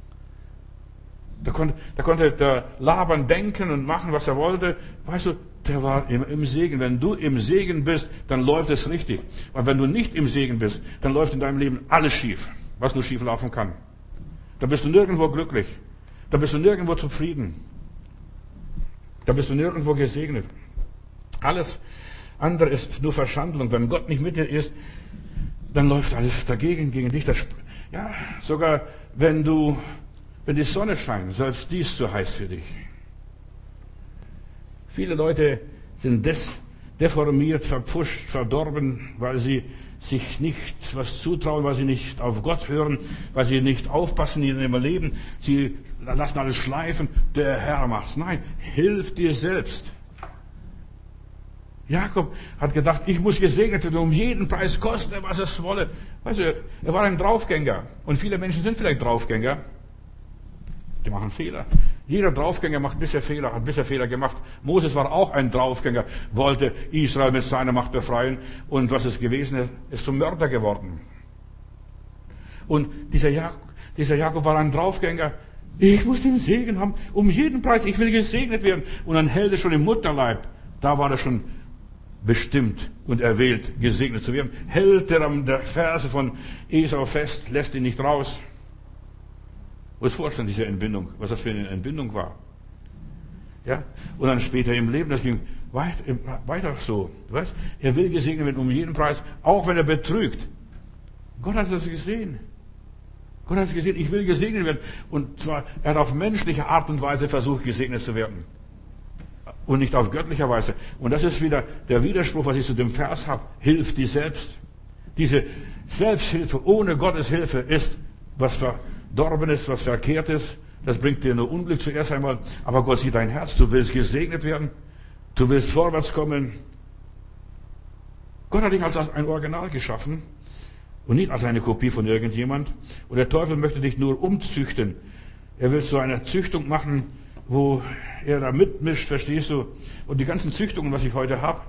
Da konnte der Laban denken und machen, was er wollte. Weißt du, der war immer im Segen. Wenn du im Segen bist, dann läuft es richtig. Und wenn du nicht im Segen bist, dann läuft in deinem Leben alles schief, was nur schief laufen kann. Da bist du nirgendwo glücklich. Da bist du nirgendwo zufrieden. Da bist du nirgendwo gesegnet. Alles andere ist nur Verschandlung. Wenn Gott nicht mit dir ist, dann läuft alles dagegen, gegen dich. Sogar wenn die Sonne scheint, selbst dies zu heiß für dich. Viele Leute sind deformiert, verpfuscht, verdorben, weil sie sich nicht was zutrauen, weil sie nicht auf Gott hören, weil sie nicht aufpassen in ihrem Leben. Sie lassen alles schleifen. Der Herr macht's. Nein, hilf dir selbst. Jakob hat gedacht, ich muss gesegnet werden, um jeden Preis koste, was es wolle. Weißt du, er war ein Draufgänger. Und viele Menschen sind vielleicht Draufgänger. Die machen Fehler. Jeder Draufgänger macht bisher Fehler, hat bisher Fehler gemacht. Moses war auch ein Draufgänger, wollte Israel mit seiner Macht befreien. Und was ist gewesen? Er ist zum Mörder geworden. Und dieser Jakob war ein Draufgänger. Ich muss den Segen haben, um jeden Preis. Ich will gesegnet werden. Und dann hält er schon im Mutterleib. Da war er schon bestimmt und erwählt, gesegnet zu werden. Hält er an der Ferse von Esau fest, lässt ihn nicht raus. Muss vorstellen, diese Entbindung, was das für eine Entbindung war. Ja? Und dann später im Leben, das ging weiter so. Du weißt, er will gesegnet werden um jeden Preis, auch wenn er betrügt. Gott hat das gesehen. Gott hat es gesehen, ich will gesegnet werden. Und zwar, er hat auf menschliche Art und Weise versucht, gesegnet zu werden. Und nicht auf göttlicher Weise. Und das ist wieder der Widerspruch, was ich zu dem Vers habe. Hilf dir selbst. Diese Selbsthilfe ohne Gottes Hilfe ist was verdorben ist, was verkehrt ist. Das bringt dir nur Unglück zuerst einmal. Aber Gott sieht dein Herz. Du willst gesegnet werden. Du willst vorwärts kommen. Gott hat dich als ein Original geschaffen und nicht als eine Kopie von irgendjemand. Und der Teufel möchte dich nur umzüchten. Er will so eine Züchtung machen, wo er da mitmischt, verstehst du? Und die ganzen Züchtungen, was ich heute habe,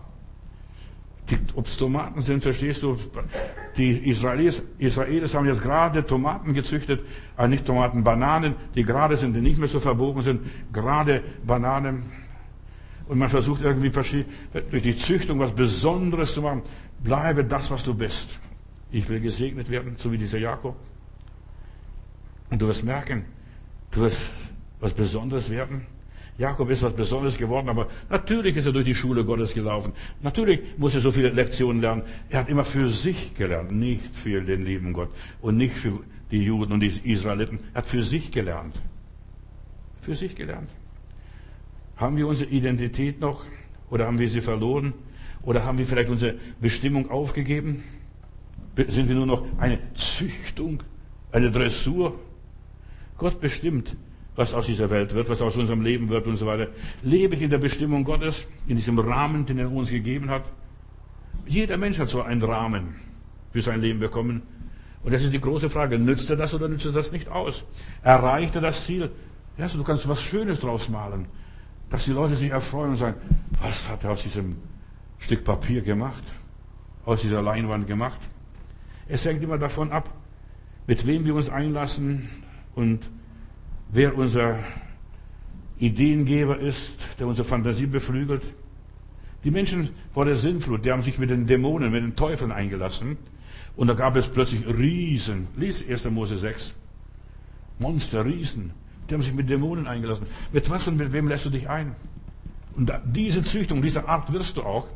ob es Tomaten sind, verstehst du? Die Israelis haben jetzt gerade Tomaten gezüchtet, nicht Tomaten, Bananen, die gerade sind, die nicht mehr so verbogen sind, gerade Bananen. Und man versucht irgendwie durch die Züchtung was Besonderes zu machen. Bleibe das, was du bist. Ich will gesegnet werden, so wie dieser Jakob. Und du wirst merken, du wirst was Besonderes werden. Jakob ist was Besonderes geworden, aber natürlich ist er durch die Schule Gottes gelaufen. Natürlich muss er so viele Lektionen lernen. Er hat immer für sich gelernt, nicht für den lieben Gott und nicht für die Juden und die Israeliten. Er hat für sich gelernt. Für sich gelernt. Haben wir unsere Identität noch oder haben wir sie verloren? Oder haben wir vielleicht unsere Bestimmung aufgegeben? Sind wir nur noch eine Züchtung, eine Dressur? Gott bestimmt, was aus dieser Welt wird, was aus unserem Leben wird und so weiter. Lebe ich in der Bestimmung Gottes, in diesem Rahmen, den er uns gegeben hat? Jeder Mensch hat so einen Rahmen für sein Leben bekommen. Und das ist die große Frage, nützt er das oder nützt er das nicht aus? Erreicht er das Ziel? Ja, so, du kannst was Schönes draus malen, dass die Leute sich erfreuen und sagen, was hat er aus diesem Stück Papier gemacht? Aus dieser Leinwand gemacht? Es hängt immer davon ab, mit wem wir uns einlassen und wer unser Ideengeber ist, der unsere Fantasie beflügelt. Die Menschen vor der Sintflut, die haben sich mit den Dämonen, mit den Teufeln eingelassen. Und da gab es plötzlich Riesen. Lies 1. Mose 6. Monster, Riesen. Die haben sich mit Dämonen eingelassen. Mit was und mit wem lässt du dich ein? Und diese Züchtung, diese Art wirst du auch.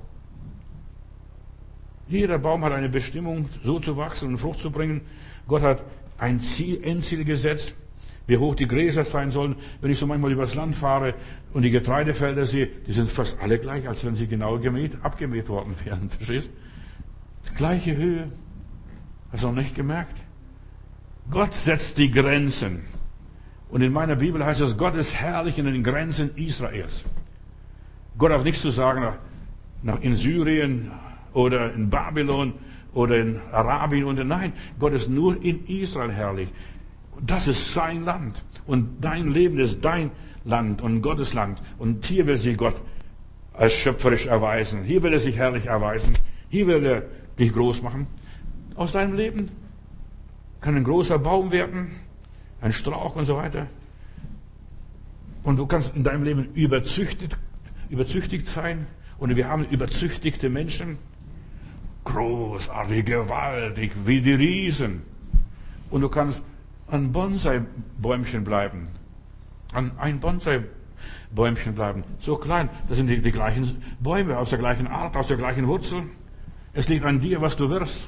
Jeder Baum hat eine Bestimmung, so zu wachsen und Frucht zu bringen. Gott hat ein Endziel gesetzt, wie hoch die Gräser sein sollen. Wenn ich so manchmal übers Land fahre und die Getreidefelder sehe, die sind fast alle gleich, als wenn sie genau abgemäht worden wären. Verstehst? Die gleiche Höhe. Hast du noch nicht gemerkt? Gott setzt die Grenzen. Und in meiner Bibel heißt es, Gott ist herrlich in den Grenzen Israels. Gott hat nichts zu sagen in Syrien oder in Babylon oder in Arabien. Nein, Gott ist nur in Israel herrlich. Das ist sein Land. Und dein Leben ist dein Land und Gottes Land. Und hier will sich Gott als schöpferisch erweisen. Hier will er sich herrlich erweisen. Hier will er dich groß machen. Aus deinem Leben kann ein großer Baum werden, ein Strauch und so weiter. Und du kannst in deinem Leben überzüchtigt sein. Und wir haben überzüchtigte Menschen. Großartig, gewaltig, wie die Riesen. Und du kannst an Bonsai-Bäumchen bleiben. An ein Bonsai-Bäumchen bleiben. So klein. Das sind die gleichen Bäume, aus der gleichen Art, aus der gleichen Wurzel. Es liegt an dir, was du wirst.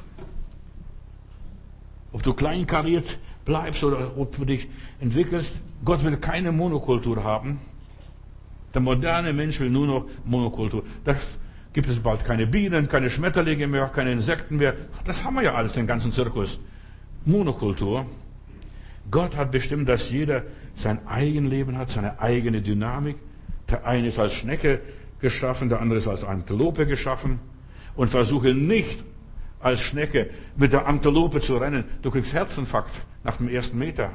Ob du kleinkariert bleibst oder ob du dich entwickelst. Gott will keine Monokultur haben. Der moderne Mensch will nur noch Monokultur. Da gibt es bald keine Bienen, keine Schmetterlinge mehr, keine Insekten mehr. Das haben wir ja alles, den ganzen Zirkus. Monokultur. Gott hat bestimmt, dass jeder sein Eigenleben hat, seine eigene Dynamik. Der eine ist als Schnecke geschaffen, der andere ist als Antilope geschaffen. Und versuche nicht als Schnecke mit der Antilope zu rennen. Du kriegst Herzinfarkt nach dem ersten Meter.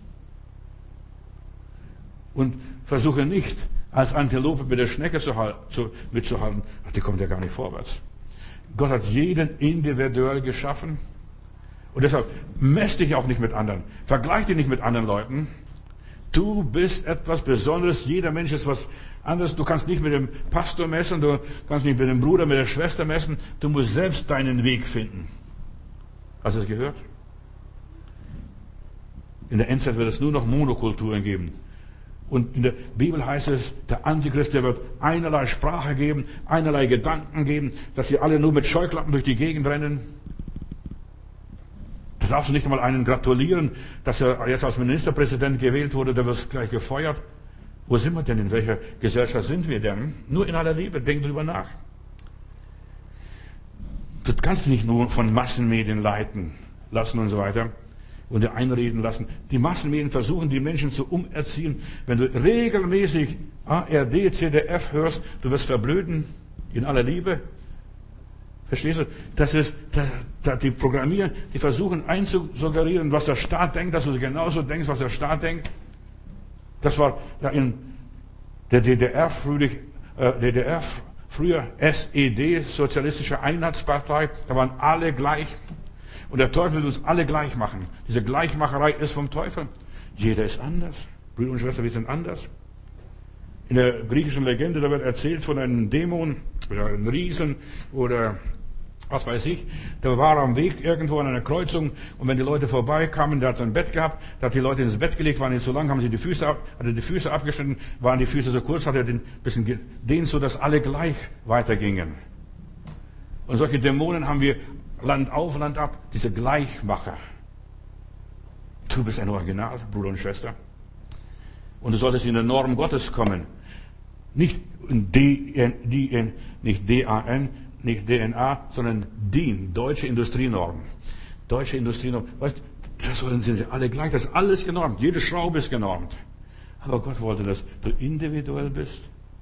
Und versuche nicht als Antilope mit der Schnecke mitzuhalten. Die kommt ja gar nicht vorwärts. Gott hat jeden individuell geschaffen. Und deshalb mess dich auch nicht mit anderen. Vergleich dich nicht mit anderen Leuten. Du bist etwas Besonderes. Jeder Mensch ist was anderes. Du kannst nicht mit dem Pastor messen. Du kannst nicht mit dem Bruder, mit der Schwester messen. Du musst selbst deinen Weg finden. Hast du es gehört? In der Endzeit wird es nur noch Monokulturen geben. Und in der Bibel heißt es, der Antichrist, der wird einerlei Sprache geben, einerlei Gedanken geben, dass sie alle nur mit Scheuklappen durch die Gegend rennen. Da darfst du nicht einmal einen gratulieren, dass er jetzt als Ministerpräsident gewählt wurde, der wird gleich gefeuert. Wo sind wir denn? In welcher Gesellschaft sind wir denn? Nur in aller Liebe, denk drüber nach. Du kannst dich nicht nur von Massenmedien leiten lassen und so weiter und dir einreden lassen. Die Massenmedien versuchen, die Menschen zu umerziehen. Wenn du regelmäßig ARD, ZDF hörst, du wirst verblöden, in aller Liebe. Verstehst du? Das ist, die programmieren, die versuchen einzusuggerieren, was der Staat denkt, dass du genauso denkst, was der Staat denkt. Das war ja in der DDR früher SED, Sozialistische Einheitspartei, da waren alle gleich. Und der Teufel will uns alle gleich machen. Diese Gleichmacherei ist vom Teufel. Jeder ist anders. Brüder und Schwestern, wir sind anders. In der griechischen Legende, da wird erzählt von einem Dämon, oder einem Riesen, oder was weiß ich, der war am Weg irgendwo an einer Kreuzung, und wenn die Leute vorbeikamen, der hat ein Bett gehabt, der hat die Leute ins Bett gelegt, waren nicht so lang, haben sie hat er die Füße abgeschnitten, waren die Füße so kurz, hat er den ein bisschen gedehnt, so dass alle gleich weitergingen. Und solche Dämonen haben wir Land auf, Land ab, diese Gleichmacher. Du bist ein Original, Bruder und Schwester. Und du solltest in der Norm Gottes kommen. Nicht nicht DAN, nicht DNA, sondern DIN, Deutsche Industrienorm. Deutsche Industrienorm. Weißt du, sind sie alle gleich, das ist alles genormt. Jede Schraube ist genormt. Aber Gott wollte, dass du individuell bist.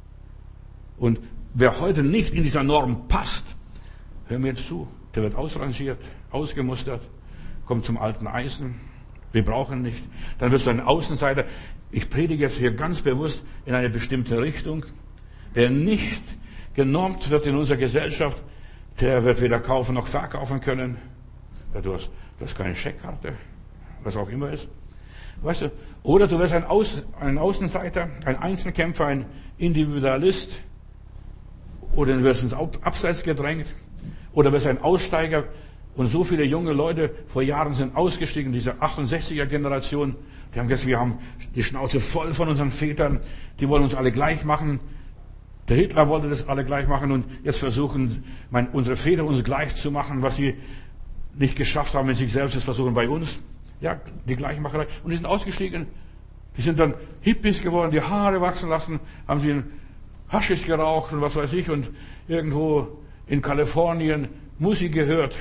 Und wer heute nicht in dieser Norm passt, hör mir jetzt zu, der wird ausrangiert, ausgemustert, kommt zum alten Eisen. Wir brauchen nicht. Dann wirst du ein Außenseiter. Ich predige jetzt hier ganz bewusst in eine bestimmte Richtung. Wer nicht genormt wird in unserer Gesellschaft, der wird weder kaufen noch verkaufen können. Ja, du hast keine Scheckkarte, was auch immer ist. Weißt du? Oder du wirst ein Außenseiter, ein Einzelkämpfer, ein Individualist. Oder du wirst ins Abseits gedrängt. Oder wirst ein Aussteiger. Und so viele junge Leute vor Jahren sind ausgestiegen, diese 68er-Generation. Die haben gesagt, wir haben die Schnauze voll von unseren Vätern. Die wollen uns alle gleich machen. Der Hitler wollte das alle gleich machen. Und jetzt versuchen unsere Väter uns gleich zu machen, was sie nicht geschafft haben mit sich selbst. Das versuchen bei uns. Ja, die Gleichmacherei. Und die sind ausgestiegen. Die sind dann Hippies geworden, die Haare wachsen lassen, haben sie Haschisch geraucht und was weiß ich. Und irgendwo in Kalifornien Musik gehört.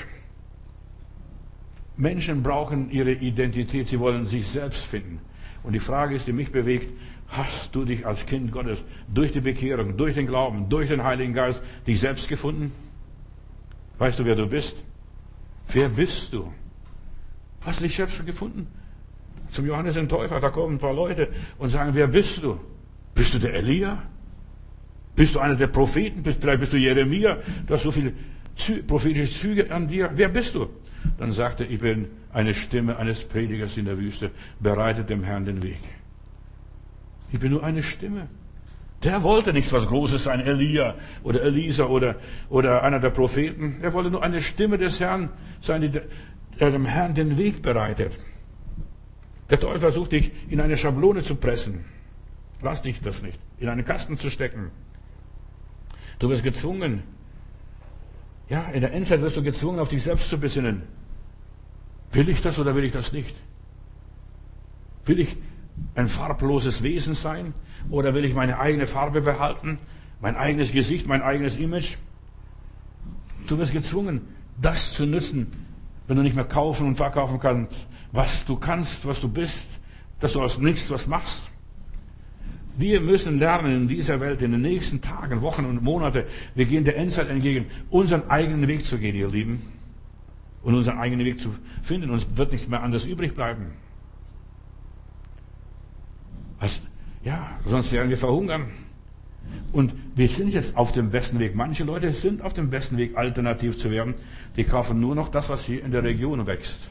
Menschen brauchen ihre Identität, sie wollen sich selbst finden. Und die Frage ist, die mich bewegt, hast du dich als Kind Gottes durch die Bekehrung, durch den Glauben, durch den Heiligen Geist dich selbst gefunden? Weißt du, wer du bist? Wer bist du? Hast du dich selbst schon gefunden? Zum Johannes den Täufer, da kommen ein paar Leute und sagen, wer bist du? Bist du der Elia? Bist du einer der Propheten? Vielleicht bist du Jeremia? Du hast so viele prophetische Züge an dir. Wer bist du? Dann sagte er, ich bin eine Stimme eines Predigers in der Wüste, bereitet dem Herrn den Weg. Ich bin nur eine Stimme. Der wollte nichts was Großes sein, Elia oder Elisa oder einer der Propheten. Er wollte nur eine Stimme des Herrn sein, der dem Herrn den Weg bereitet. Der Teufel versucht dich in eine Schablone zu pressen. Lass dich das nicht, in einen Kasten zu stecken. Du wirst gezwungen, ja, in der Endzeit wirst du gezwungen, auf dich selbst zu besinnen. Will ich das oder will ich das nicht? Will ich ein farbloses Wesen sein? Oder will ich meine eigene Farbe behalten? Mein eigenes Gesicht, mein eigenes Image? Du wirst gezwungen, das zu nützen, wenn du nicht mehr kaufen und verkaufen kannst, was du kannst, was du bist, dass du aus nichts was machst. Wir müssen lernen in dieser Welt, in den nächsten Tagen, Wochen und Monaten, wir gehen der Endzeit entgegen, unseren eigenen Weg zu gehen, ihr Lieben. Und unseren eigenen Weg zu finden. Uns wird nichts mehr anderes übrig bleiben. Sonst werden wir verhungern. Und wir sind jetzt auf dem besten Weg. Manche Leute sind auf dem besten Weg, alternativ zu werden. Die kaufen nur noch das, was hier in der Region wächst.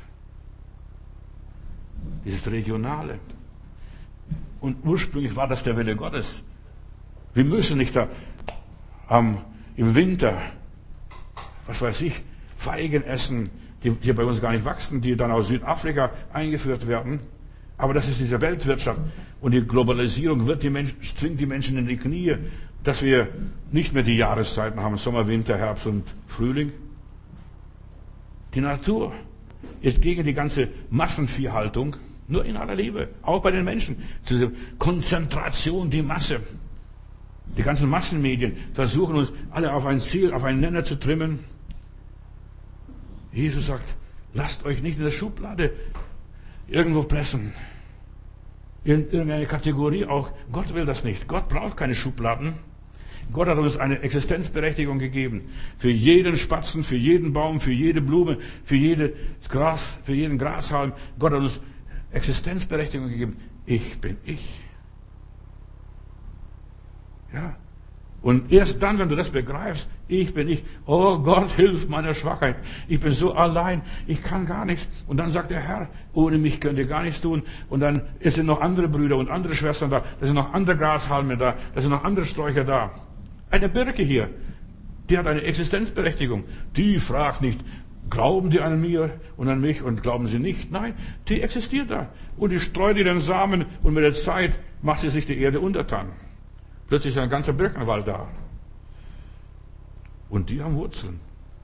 Dieses Regionale. Und ursprünglich war das der Wille Gottes. Wir müssen nicht da im Winter, was weiß ich, Feigen essen, die hier bei uns gar nicht wachsen, die dann aus Südafrika eingeführt werden. Aber das ist diese Weltwirtschaft. Und die Globalisierung zwingt die Menschen in die Knie, dass wir nicht mehr die Jahreszeiten haben, Sommer, Winter, Herbst und Frühling. Die Natur ist gegen die ganze Massenviehhaltung, nur in aller Liebe, auch bei den Menschen. Diese Konzentration, die Masse. Die ganzen Massenmedien versuchen uns alle auf ein Ziel, auf einen Nenner zu trimmen. Jesus sagt, lasst euch nicht in der Schublade irgendwo pressen. In irgendeine Kategorie auch. Gott will das nicht. Gott braucht keine Schubladen. Gott hat uns eine Existenzberechtigung gegeben. Für jeden Spatzen, für jeden Baum, für jede Blume, für jedes Gras, für jeden Grashalm. Gott hat uns Existenzberechtigung gegeben. Ich bin ich. Ja. Und erst dann, wenn du das begreifst, ich bin ich, oh Gott, hilf meiner Schwachheit. Ich bin so allein, ich kann gar nichts. Und dann sagt der Herr, ohne mich könnt ihr gar nichts tun. Und dann sind noch andere Brüder und andere Schwestern da, da sind noch andere Grashalme da, da sind noch andere Sträucher da. Eine Birke hier, die hat eine Existenzberechtigung. Die fragt nicht, glauben die an mir und an mich und glauben sie nicht? Nein, die existiert da. Und die streut ihren Samen und mit der Zeit macht sie sich die Erde untertan. Plötzlich ist ein ganzer Birkenwald da. Und die haben Wurzeln.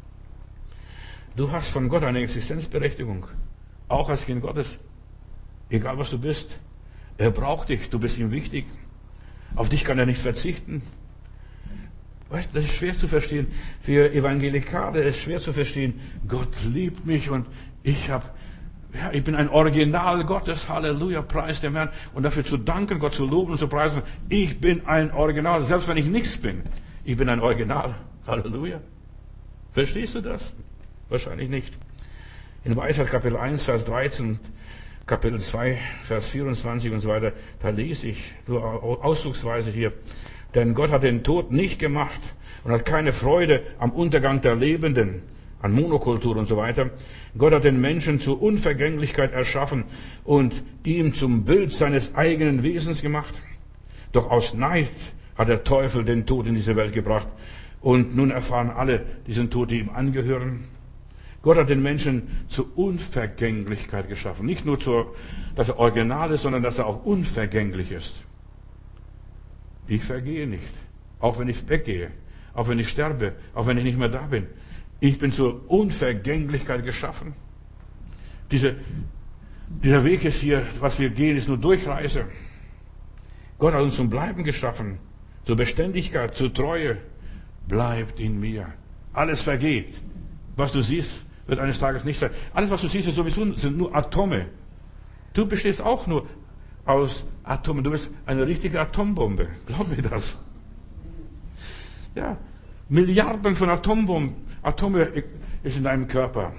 Du hast von Gott eine Existenzberechtigung. Auch als Kind Gottes. Egal was du bist. Er braucht dich. Du bist ihm wichtig. Auf dich kann er nicht verzichten. Weißt, das ist schwer zu verstehen. Für Evangelikale ist es schwer zu verstehen. Gott liebt mich und ich bin ein Original Gottes, Halleluja, preis dem Herrn. Und dafür zu danken, Gott zu loben und zu preisen. Ich bin ein Original, selbst wenn ich nichts bin. Ich bin ein Original, Halleluja. Verstehst du das? Wahrscheinlich nicht. In Weisheit Kapitel 1, Vers 13, Kapitel 2, Vers 24 und so weiter, da lese ich, nur ausdrucksweise hier. Denn Gott hat den Tod nicht gemacht und hat keine Freude am Untergang der Lebenden, an Monokultur und so weiter. Gott hat den Menschen zur Unvergänglichkeit erschaffen und ihm zum Bild seines eigenen Wesens gemacht. Doch aus Neid hat der Teufel den Tod in diese Welt gebracht. Und nun erfahren alle diesen Tod, die ihm angehören. Gott hat den Menschen zur Unvergänglichkeit geschaffen. Nicht nur dass er original ist, sondern dass er auch unvergänglich ist. Ich vergehe nicht. Auch wenn ich weggehe. Auch wenn ich sterbe. Auch wenn ich nicht mehr da bin. Ich bin zur Unvergänglichkeit geschaffen. Dieser Weg ist hier, was wir gehen, ist nur Durchreise. Gott hat uns zum Bleiben geschaffen. Zur Beständigkeit, zur Treue. Bleibt in mir. Alles vergeht. Was du siehst, wird eines Tages nicht sein. Alles, was du siehst, sind nur Atome. Du bestehst auch nur aus Atomen. Du bist eine richtige Atombombe. Glaub mir das. Ja, Milliarden von Atome ist in deinem Körper.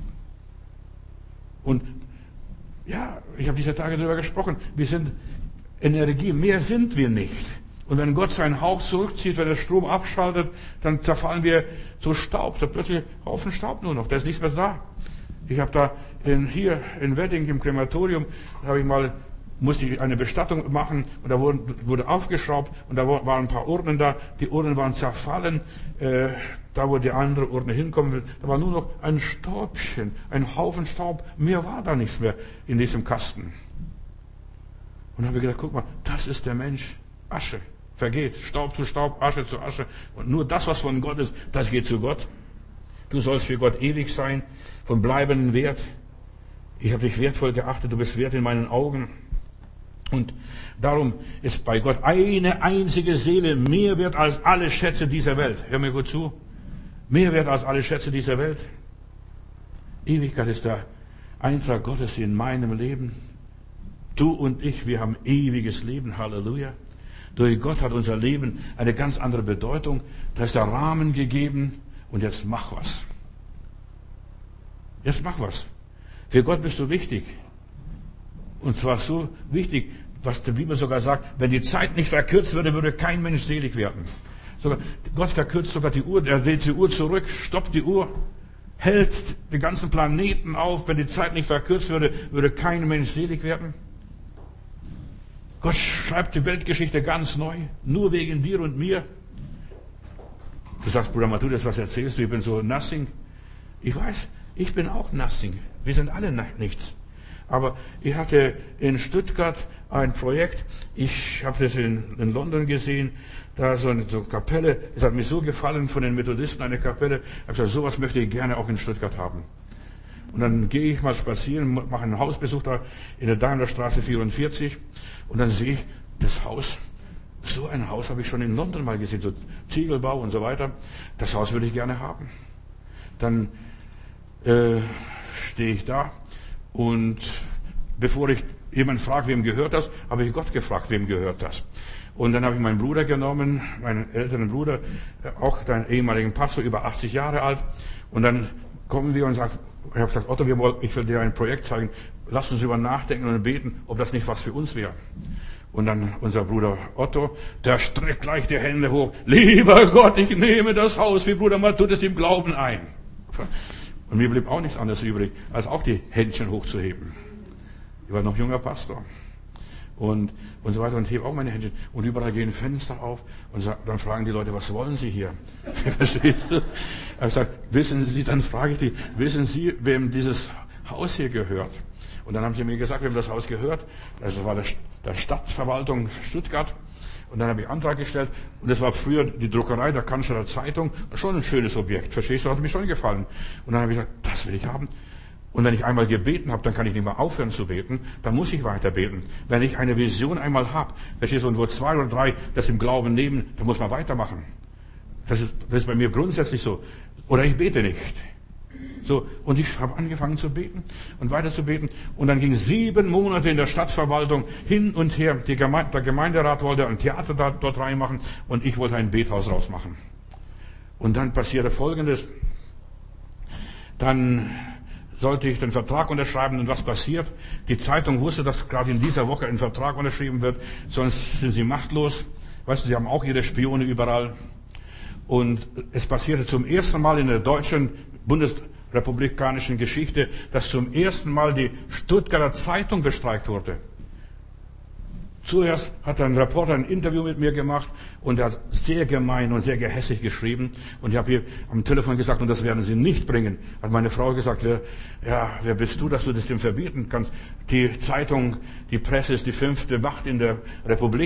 Und ja, ich habe diese Tage darüber gesprochen. Wir sind Energie. Mehr sind wir nicht. Und wenn Gott seinen Hauch zurückzieht, wenn der Strom abschaltet, dann zerfallen wir zu Staub. Da plötzlich ein Haufen Staub nur noch. Da ist nichts mehr da. Ich habe da hier in Wedding im Krematorium, musste ich eine Bestattung machen und da wurde aufgeschraubt und da waren ein paar Urnen da. Die Urnen waren zerfallen. Da wo die andere Urne hinkommen will, da war nur noch ein Staubchen, ein Haufen Staub. Mehr war da nichts mehr in diesem Kasten. Und dann habe ich gedacht, guck mal, das ist der Mensch. Asche vergeht, Staub zu Staub, Asche zu Asche. Und nur das, was von Gott ist, das geht zu Gott. Du sollst für Gott ewig sein, von bleibendem Wert. Ich habe dich wertvoll geachtet, du bist wert in meinen Augen. Und darum ist bei Gott eine einzige Seele mehr wert als alle Schätze dieser Welt. Hör mir gut zu. Mehr wert als alle Schätze dieser Welt. Ewigkeit ist der Eintrag Gottes in meinem Leben. Du und ich, wir haben ewiges Leben. Halleluja. Durch Gott hat unser Leben eine ganz andere Bedeutung. Da ist der Rahmen gegeben. Und jetzt mach was. Jetzt mach was. Für Gott bist du wichtig. Und zwar so wichtig, was die Bibel sogar sagt, wenn die Zeit nicht verkürzt würde, würde kein Mensch selig werden. Sogar, Gott verkürzt sogar die Uhr, er dreht die Uhr zurück, stoppt die Uhr, hält den ganzen Planeten auf. Wenn die Zeit nicht verkürzt würde, würde kein Mensch selig werden. Gott schreibt die Weltgeschichte ganz neu, nur wegen dir und mir. Du sagst, Bruder Matthäus, was erzählst du? Ich bin so nothing. Ich weiß, ich bin auch nothing. Wir sind alle nichts. Aber ich hatte in Stuttgart ein Projekt. Ich habe das in London gesehen. Da so eine Kapelle. Es hat mir so gefallen von den Methodisten, eine Kapelle. Ich habe gesagt, sowas möchte ich gerne auch in Stuttgart haben. Und dann gehe ich mal spazieren, mache einen Hausbesuch da in der Daimlerstraße 44. Und dann sehe ich das Haus. So ein Haus habe ich schon in London mal gesehen. So Ziegelbau und so weiter. Das Haus würde ich gerne haben. Dann stehe ich da. Und bevor ich jemand fragt, wem gehört das, habe ich Gott gefragt, wem gehört das. Und dann habe ich meinen Bruder genommen, meinen älteren Bruder, auch deinen ehemaligen Pastor, über 80 Jahre alt. Und dann kommen wir und sagen, ich habe gesagt, Otto, ich will dir ein Projekt zeigen. Lass uns darüber nachdenken und beten, ob das nicht was für uns wäre. Und dann unser Bruder Otto, der streckt gleich die Hände hoch. Lieber Gott, ich nehme das Haus wie Bruder Matthäus im Glauben ein. Und mir blieb auch nichts anderes übrig, als auch die Händchen hochzuheben. Ich war noch junger Pastor. Und so weiter und hebe auch meine Händchen. Und überall gehen Fenster auf. Und dann fragen die Leute, was wollen Sie hier? Ich sage, wissen Sie, dann frage ich die, wissen Sie, wem dieses Haus hier gehört? Und dann haben sie mir gesagt, wem das Haus gehört. Das war der Stadtverwaltung Stuttgart. Und dann habe ich Antrag gestellt. Und das war früher die Druckerei der Cannstatter Zeitung. Schon ein schönes Objekt. Verstehst du? Hat mir schon gefallen. Und dann habe ich gesagt, das will ich haben. Und wenn ich einmal gebeten habe, dann kann ich nicht mehr aufhören zu beten. Dann muss ich weiter beten. Wenn ich eine Vision einmal habe, verstehst du? Und wo 2 oder 3 das im Glauben nehmen, dann muss man weitermachen. Das ist bei mir grundsätzlich so. Oder ich bete nicht. So, und ich habe angefangen zu beten und weiter zu beten. Und dann ging 7 Monate in der Stadtverwaltung hin und her. Der Gemeinderat wollte ein Theater dort reinmachen und ich wollte ein Bethaus rausmachen. Und dann passierte Folgendes. Dann sollte ich den Vertrag unterschreiben und was passiert? Die Zeitung wusste, dass gerade in dieser Woche ein Vertrag unterschrieben wird, sonst sind sie machtlos. Weißt du, sie haben auch ihre Spione überall. Und es passierte zum ersten Mal in der deutschen bundesrepublikanischen Geschichte, dass zum ersten Mal die Stuttgarter Zeitung bestreikt wurde. Zuerst hat ein Reporter ein Interview mit mir gemacht und er hat sehr gemein und sehr gehässig geschrieben. Und ich habe hier am Telefon gesagt, und das werden Sie nicht bringen. Hat meine Frau gesagt, wer bist du, dass du das dem verbieten kannst? Die Zeitung, die Presse ist die 5. Macht in der Republik.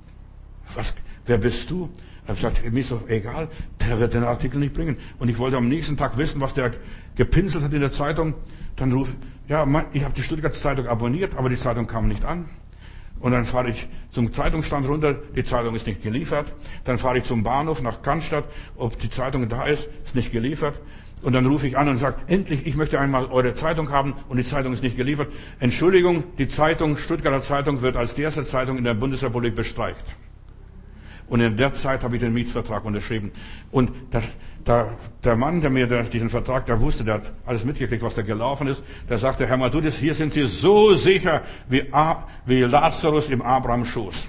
Wer bist du? Ich habe gesagt, mir ist doch egal, der wird den Artikel nicht bringen. Und ich wollte am nächsten Tag wissen, was der gepinselt hat in der Zeitung. Dann ich habe die Stuttgarter Zeitung abonniert, aber die Zeitung kam nicht an. Und dann fahre ich zum Zeitungsstand runter, die Zeitung ist nicht geliefert. Dann fahre ich zum Bahnhof nach Cannstatt, ob die Zeitung da ist nicht geliefert. Und dann rufe ich an und sage, endlich, ich möchte einmal eure Zeitung haben und die Zeitung ist nicht geliefert. Entschuldigung, die Zeitung, Stuttgarter Zeitung wird als die erste Zeitung in der Bundesrepublik bestreikt. Und in der Zeit habe ich den Mietsvertrag unterschrieben. Und der Mann, der mir diesen Vertrag, der wusste, der hat alles mitgekriegt, was da gelaufen ist, der sagte, Herr Matthäus, hier sind Sie so sicher wie Lazarus im Abrahams Schoß.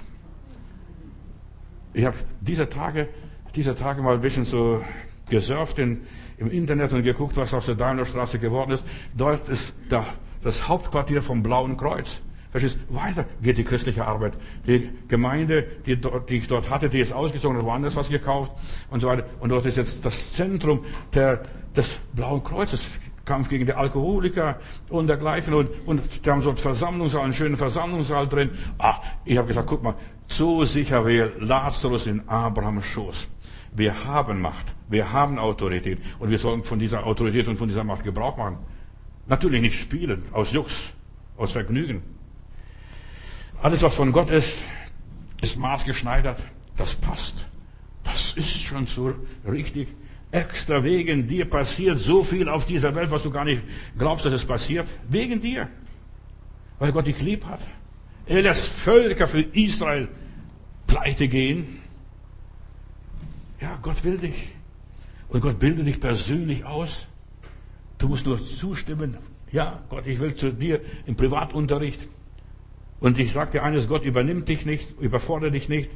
Ich habe diese Tage mal ein bisschen so gesurft im Internet und geguckt, was aus der Daimlerstraße geworden ist. Dort ist das Hauptquartier vom Blauen Kreuz. Verstehst? Weiter geht die christliche Arbeit. Die Gemeinde, die ich dort hatte, die ist ausgezogen, hat woanders was gekauft und so weiter. Und dort ist jetzt das Zentrum des Blauen Kreuzes. Kampf gegen die Alkoholiker und dergleichen. Und die haben so einen Versammlungssaal, einen schönen Versammlungssaal drin. Ich habe gesagt, guck mal, so sicher wie Lazarus in Abrahams Schoß. Wir haben Macht, wir haben Autorität und wir sollen von dieser Autorität und von dieser Macht Gebrauch machen. Natürlich nicht spielen, aus Jux, aus Vergnügen. Alles, was von Gott ist maßgeschneidert. Das passt. Das ist schon so richtig. extra wegen dir passiert so viel auf dieser Welt, was du gar nicht glaubst, dass es passiert. Wegen dir. Weil Gott dich lieb hat. Er lässt Völker für Israel pleite gehen. Ja, Gott will dich. Und Gott bildet dich persönlich aus. Du musst nur zustimmen. Ja, Gott, ich will zu dir im Privatunterricht. Und ich sage dir eines, Gott übernimmt dich nicht, überfordert dich nicht.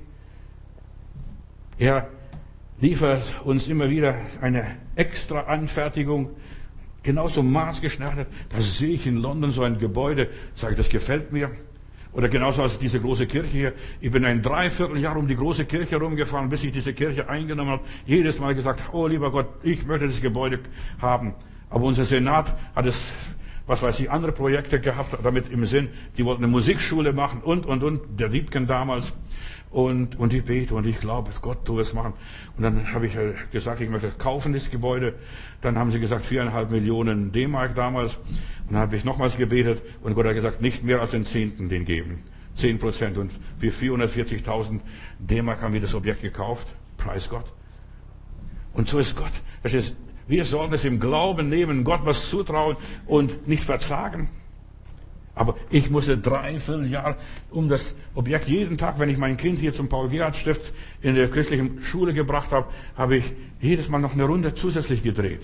Er liefert uns immer wieder eine extra Anfertigung, genauso maßgeschneidert. Da sehe ich in London so ein Gebäude, sage ich, das gefällt mir. Oder genauso als diese große Kirche hier. Ich bin ein Dreivierteljahr um die große Kirche herumgefahren, bis ich diese Kirche eingenommen habe. Jedes Mal gesagt, oh lieber Gott, ich möchte das Gebäude haben. Aber unser Senat hat es, was weiß ich, andere Projekte gehabt, damit im Sinn, die wollten eine Musikschule machen und, der Riebken damals. Und ich bete und ich glaube, Gott, tu es machen. Und dann habe ich gesagt, ich möchte kaufen, das Gebäude. Dann haben sie gesagt, 4,5 Millionen D-Mark damals. Und dann habe ich nochmals gebetet und Gott hat gesagt, nicht mehr als den Zehnten den geben. 10%. Und für 440.000 D-Mark haben wir das Objekt gekauft. Preis Gott. Und so ist Gott. Verstehst du? Wir sollen es im Glauben nehmen, Gott was zutrauen und nicht verzagen. Aber ich musste 3 Jahre um das Objekt. Jeden Tag, wenn ich mein Kind hier zum Paul-Gerhardt-Stift in der christlichen Schule gebracht habe, habe ich jedes Mal noch eine Runde zusätzlich gedreht.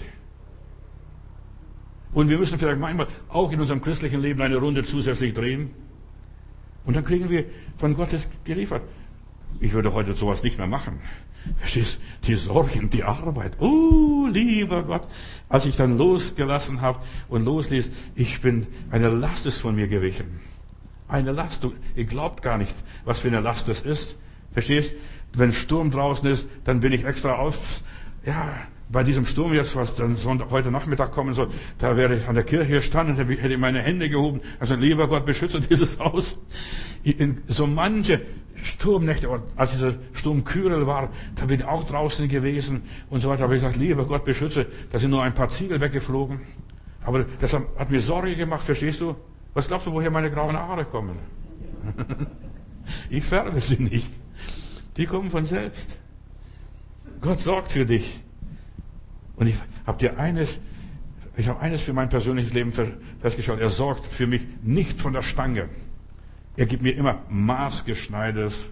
Und wir müssen vielleicht manchmal auch in unserem christlichen Leben eine Runde zusätzlich drehen. Und dann kriegen wir von Gott das geliefert. Ich würde heute sowas nicht mehr machen. Verstehst? Die Sorgen, die Arbeit. Lieber Gott. Als ich dann losgelassen habe und losließ, eine Last ist von mir gewichen. Eine Last. Ihr glaubt gar nicht, was für eine Last das ist. Verstehst? Wenn Sturm draußen ist, dann bin ich extra bei diesem Sturm jetzt, was dann heute Nachmittag kommen soll, da werde ich an der Kirche standen, hätte ich meine Hände gehoben, also lieber Gott, beschütze dieses Haus. In so manche Sturmnächte, als dieser Sturm Kyrill war, da bin ich auch draußen gewesen und so weiter, habe ich gesagt, lieber Gott, beschütze, da sind nur ein paar Ziegel weggeflogen. Aber das hat mir Sorge gemacht, verstehst du? Was glaubst du, woher meine grauen Haare kommen? Ich färbe sie nicht. Die kommen von selbst. Gott sorgt für dich. Und ich habe eines für mein persönliches Leben festgestellt. Er sorgt für mich nicht von der Stange. Er gibt mir immer maßgeschneidertes,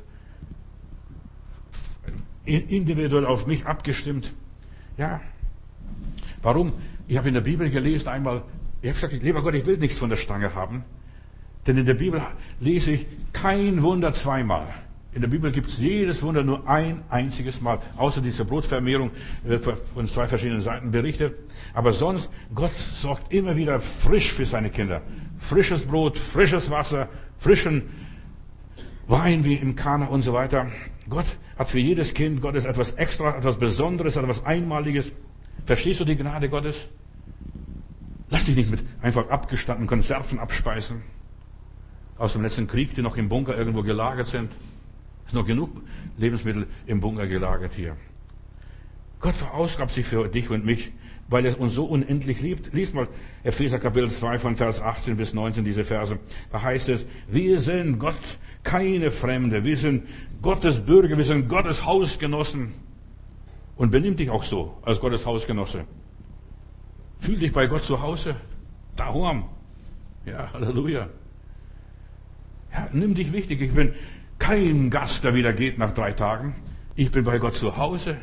individuell auf mich abgestimmt. Ja. Warum? Ich habe in der Bibel gelesen einmal, ich habe gesagt, lieber Gott, ich will nichts von der Stange haben. Denn in der Bibel lese ich kein Wunder zweimal. In der Bibel gibt es jedes Wunder nur ein einziges Mal, außer diese Brotvermehrung wird von 2 verschiedenen Seiten berichtet. Aber sonst, Gott sorgt immer wieder frisch für seine Kinder. Frisches Brot, frisches Wasser, frischen Wein wie im Kana und so weiter. Gott hat für jedes Kind Gottes etwas extra, etwas Besonderes, etwas Einmaliges. Verstehst du die Gnade Gottes? Lass dich nicht mit einfach abgestandenen Konserven abspeisen. Aus dem letzten Krieg, die noch im Bunker irgendwo gelagert sind. Es ist noch genug Lebensmittel im Bunker gelagert hier. Gott verausgabt sich für dich und mich, weil er uns so unendlich liebt. Lies mal Epheser Kapitel 2 von Vers 18 bis 19, diese Verse. Da heißt es, wir sind Gott keine Fremde. Wir sind Gottes Bürger, wir sind Gottes Hausgenossen. Und benimm dich auch so, als Gottes Hausgenosse. Fühl dich bei Gott zu Hause. Daheim. Ja, Halleluja. Ja, nimm dich wichtig. Ich bin kein Gast, der wieder geht nach 3 Tagen. Ich bin bei Gott zu Hause.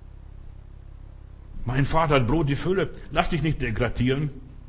Mein Vater hat Brot die Fülle. Lass dich nicht degradieren.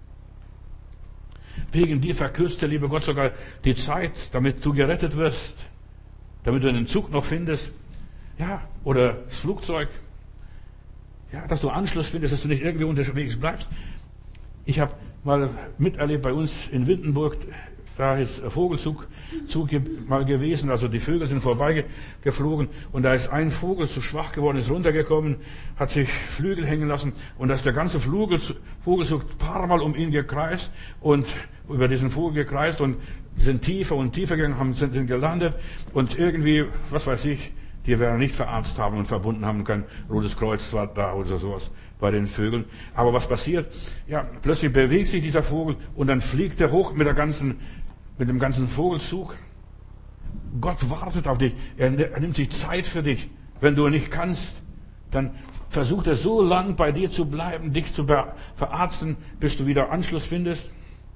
Wegen dir verkürzt der liebe Gott sogar die Zeit, damit du gerettet wirst. Damit du einen Zug noch findest. Ja, oder das Flugzeug. Ja, dass du Anschluss findest, dass du nicht irgendwie unterwegs bleibst. Ich habe mal miterlebt bei uns in Windenburg, da ist Vogelzug mal gewesen, also die Vögel sind vorbeigeflogen und da ist ein Vogel zu schwach geworden, ist runtergekommen, hat sich Flügel hängen lassen und da ist der ganze Vogelzug ein paar Mal um ihn gekreist und über diesen Vogel gekreist und sind tiefer und tiefer gegangen, sind gelandet und irgendwie, was weiß ich, die werden nicht verarztet haben und verbunden haben können. Rotes Kreuz war da oder sowas bei den Vögeln. Aber was passiert? Ja, plötzlich bewegt sich dieser Vogel und dann fliegt er hoch mit dem ganzen Vogelzug. Gott wartet auf dich. Er nimmt sich Zeit für dich. Wenn du nicht kannst, dann versucht er so lang bei dir zu bleiben, dich zu verarzten, bis du wieder Anschluss findest,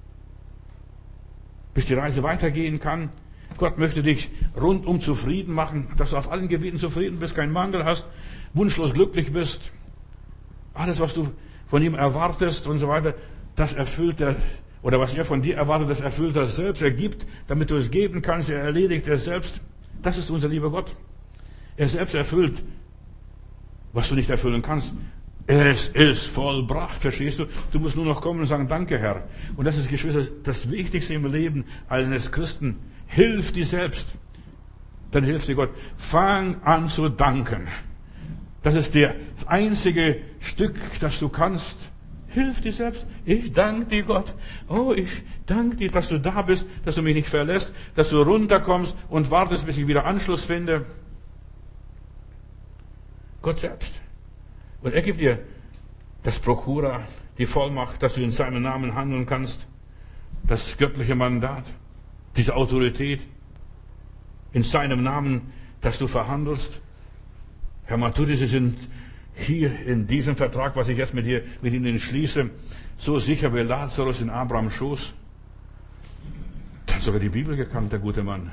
bis die Reise weitergehen kann. Gott möchte dich rundum zufrieden machen, dass du auf allen Gebieten zufrieden bist, keinen Mangel hast, wunschlos glücklich bist. Alles, was du von ihm erwartest und so weiter, das erfüllt er, oder was er von dir erwartet, das erfüllt er selbst. Er gibt, damit du es geben kannst, er erledigt er selbst. Das ist unser lieber Gott. Er selbst erfüllt, was du nicht erfüllen kannst. Es ist vollbracht, verstehst du? Du musst nur noch kommen und sagen, danke Herr. Und das ist, Geschwister, das Wichtigste im Leben eines Christen. Hilf dir selbst. Dann hilft dir Gott. Fang an zu danken. Das ist das einzige Stück, das du kannst. Hilf dir selbst. Ich danke dir, Gott. Oh, ich danke dir, dass du da bist, dass du mich nicht verlässt, dass du runterkommst und wartest, bis ich wieder Anschluss finde. Gott selbst. Und er gibt dir das Prokura, die Vollmacht, dass du in seinem Namen handeln kannst. Das göttliche Mandat, diese Autorität in seinem Namen, dass du verhandelst. Herr Maturi, Sie sind hier in diesem Vertrag, was ich jetzt mit Ihnen schließe, so sicher wie Lazarus in Abrahams Schoß. Der hat sogar die Bibel gekannt, der gute Mann.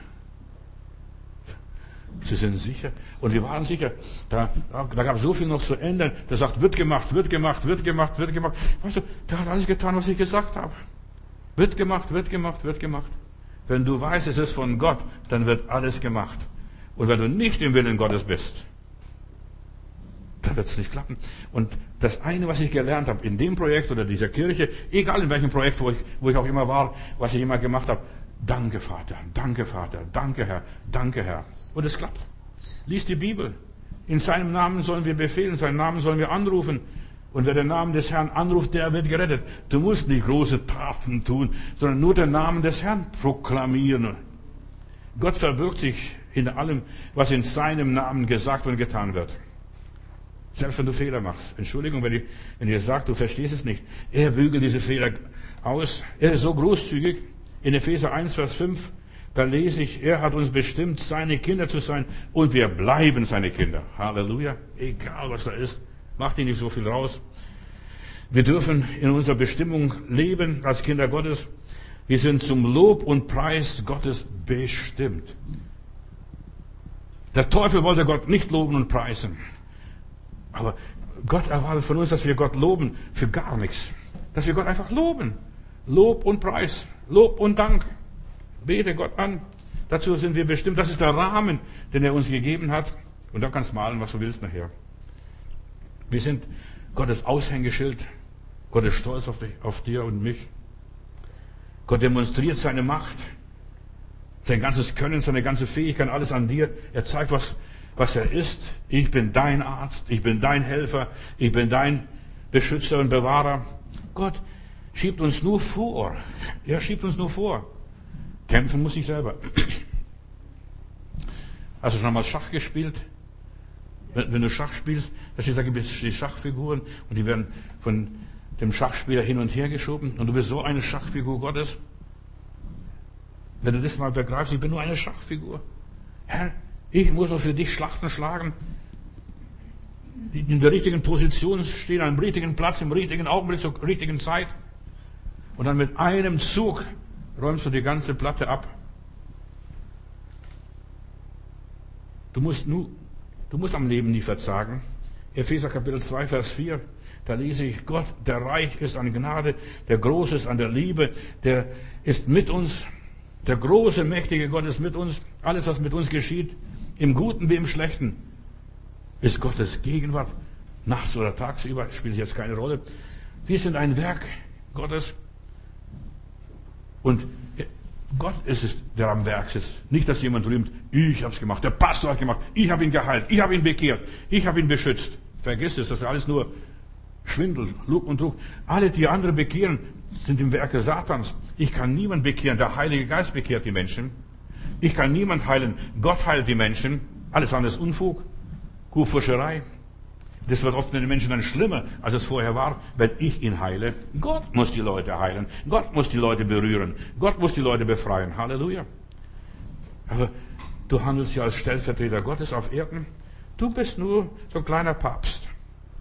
Sie sind sicher. Und wir waren sicher. Da gab es so viel noch zu ändern. Der sagt, wird gemacht, wird gemacht, wird gemacht, wird gemacht. Weißt du, der hat alles getan, was ich gesagt habe. Wird gemacht, wird gemacht, wird gemacht. Wenn du weißt, es ist von Gott, dann wird alles gemacht. Und wenn du nicht im Willen Gottes bist, dann wird es nicht klappen. Und das eine, was ich gelernt habe in dem Projekt oder dieser Kirche, egal in welchem Projekt, wo ich auch immer war, was ich immer gemacht habe, danke Vater, danke Vater, danke Herr, danke Herr. Und es klappt. Lies die Bibel. In seinem Namen sollen wir befehlen, in seinem Namen sollen wir anrufen. Und wer den Namen des Herrn anruft, der wird gerettet. Du musst nicht große Taten tun, sondern nur den Namen des Herrn proklamieren. Gott verbirgt sich in allem, was in seinem Namen gesagt und getan wird. Selbst wenn du Fehler machst. Entschuldigung, wenn ich dir sage, du verstehst es nicht. Er bügelt diese Fehler aus. Er ist so großzügig. In Epheser 1, Vers 5, da lese ich, er hat uns bestimmt, seine Kinder zu sein. Und wir bleiben seine Kinder. Halleluja. Egal, was da ist. Macht ihn nicht so viel raus. Wir dürfen in unserer Bestimmung leben als Kinder Gottes. Wir sind zum Lob und Preis Gottes bestimmt. Der Teufel wollte Gott nicht loben und preisen. Aber Gott erwartet von uns, dass wir Gott loben für gar nichts. Dass wir Gott einfach loben. Lob und Preis. Lob und Dank. Bete Gott an. Dazu sind wir bestimmt. Das ist der Rahmen, den er uns gegeben hat. Und da kannst du malen, was du willst nachher. Wir sind Gottes Aushängeschild. Gott ist stolz auf dir und mich. Gott demonstriert seine Macht. Sein ganzes Können, seine ganze Fähigkeit, alles an dir. Er zeigt, was er ist. Ich bin dein Arzt, ich bin dein Helfer, ich bin dein Beschützer und Bewahrer. Gott schiebt uns nur vor. Er schiebt uns nur vor. Kämpfen muss ich selber. Hast du schon mal Schach gespielt? Wenn du Schach spielst, da gibt es die Schachfiguren und die werden von dem Schachspieler hin und her geschoben und du bist so eine Schachfigur Gottes. Wenn du das mal begreifst, ich bin nur eine Schachfigur. Herr, ich muss nur für dich Schlachten schlagen, in der richtigen Position stehen, am richtigen Platz, im richtigen Augenblick, zur richtigen Zeit. Und dann mit einem Zug räumst du die ganze Platte ab. Du musst am Leben nie verzagen. Epheser Kapitel 2, Vers 4, da lese ich, Gott, der reich ist an Gnade, der groß ist an der Liebe, der ist mit uns, der große, mächtige Gott ist mit uns. Alles, was mit uns geschieht, im Guten wie im Schlechten, ist Gottes Gegenwart. Nachts oder tagsüber spielt jetzt keine Rolle. Wir sind ein Werk Gottes. Und Gott ist es, der am Werk ist. Nicht, dass jemand rühmt, ich habe es gemacht, der Pastor hat gemacht, ich habe ihn geheilt, ich habe ihn bekehrt, ich habe ihn beschützt. Vergiss es, das ist alles nur Schwindel, Lug und Trug. Alle, die andere bekehren, sind im Werke Satans. Ich kann niemand bekehren, der Heilige Geist bekehrt die Menschen. Ich kann niemand heilen, Gott heilt die Menschen. Alles andere ist Unfug, Kuhfuscherei. Das wird oft den Menschen dann schlimmer, als es vorher war, wenn ich ihn heile. Gott muss die Leute heilen. Gott muss die Leute berühren. Gott muss die Leute befreien. Halleluja. Aber du handelst ja als Stellvertreter Gottes auf Erden. Du bist nur so ein kleiner Papst.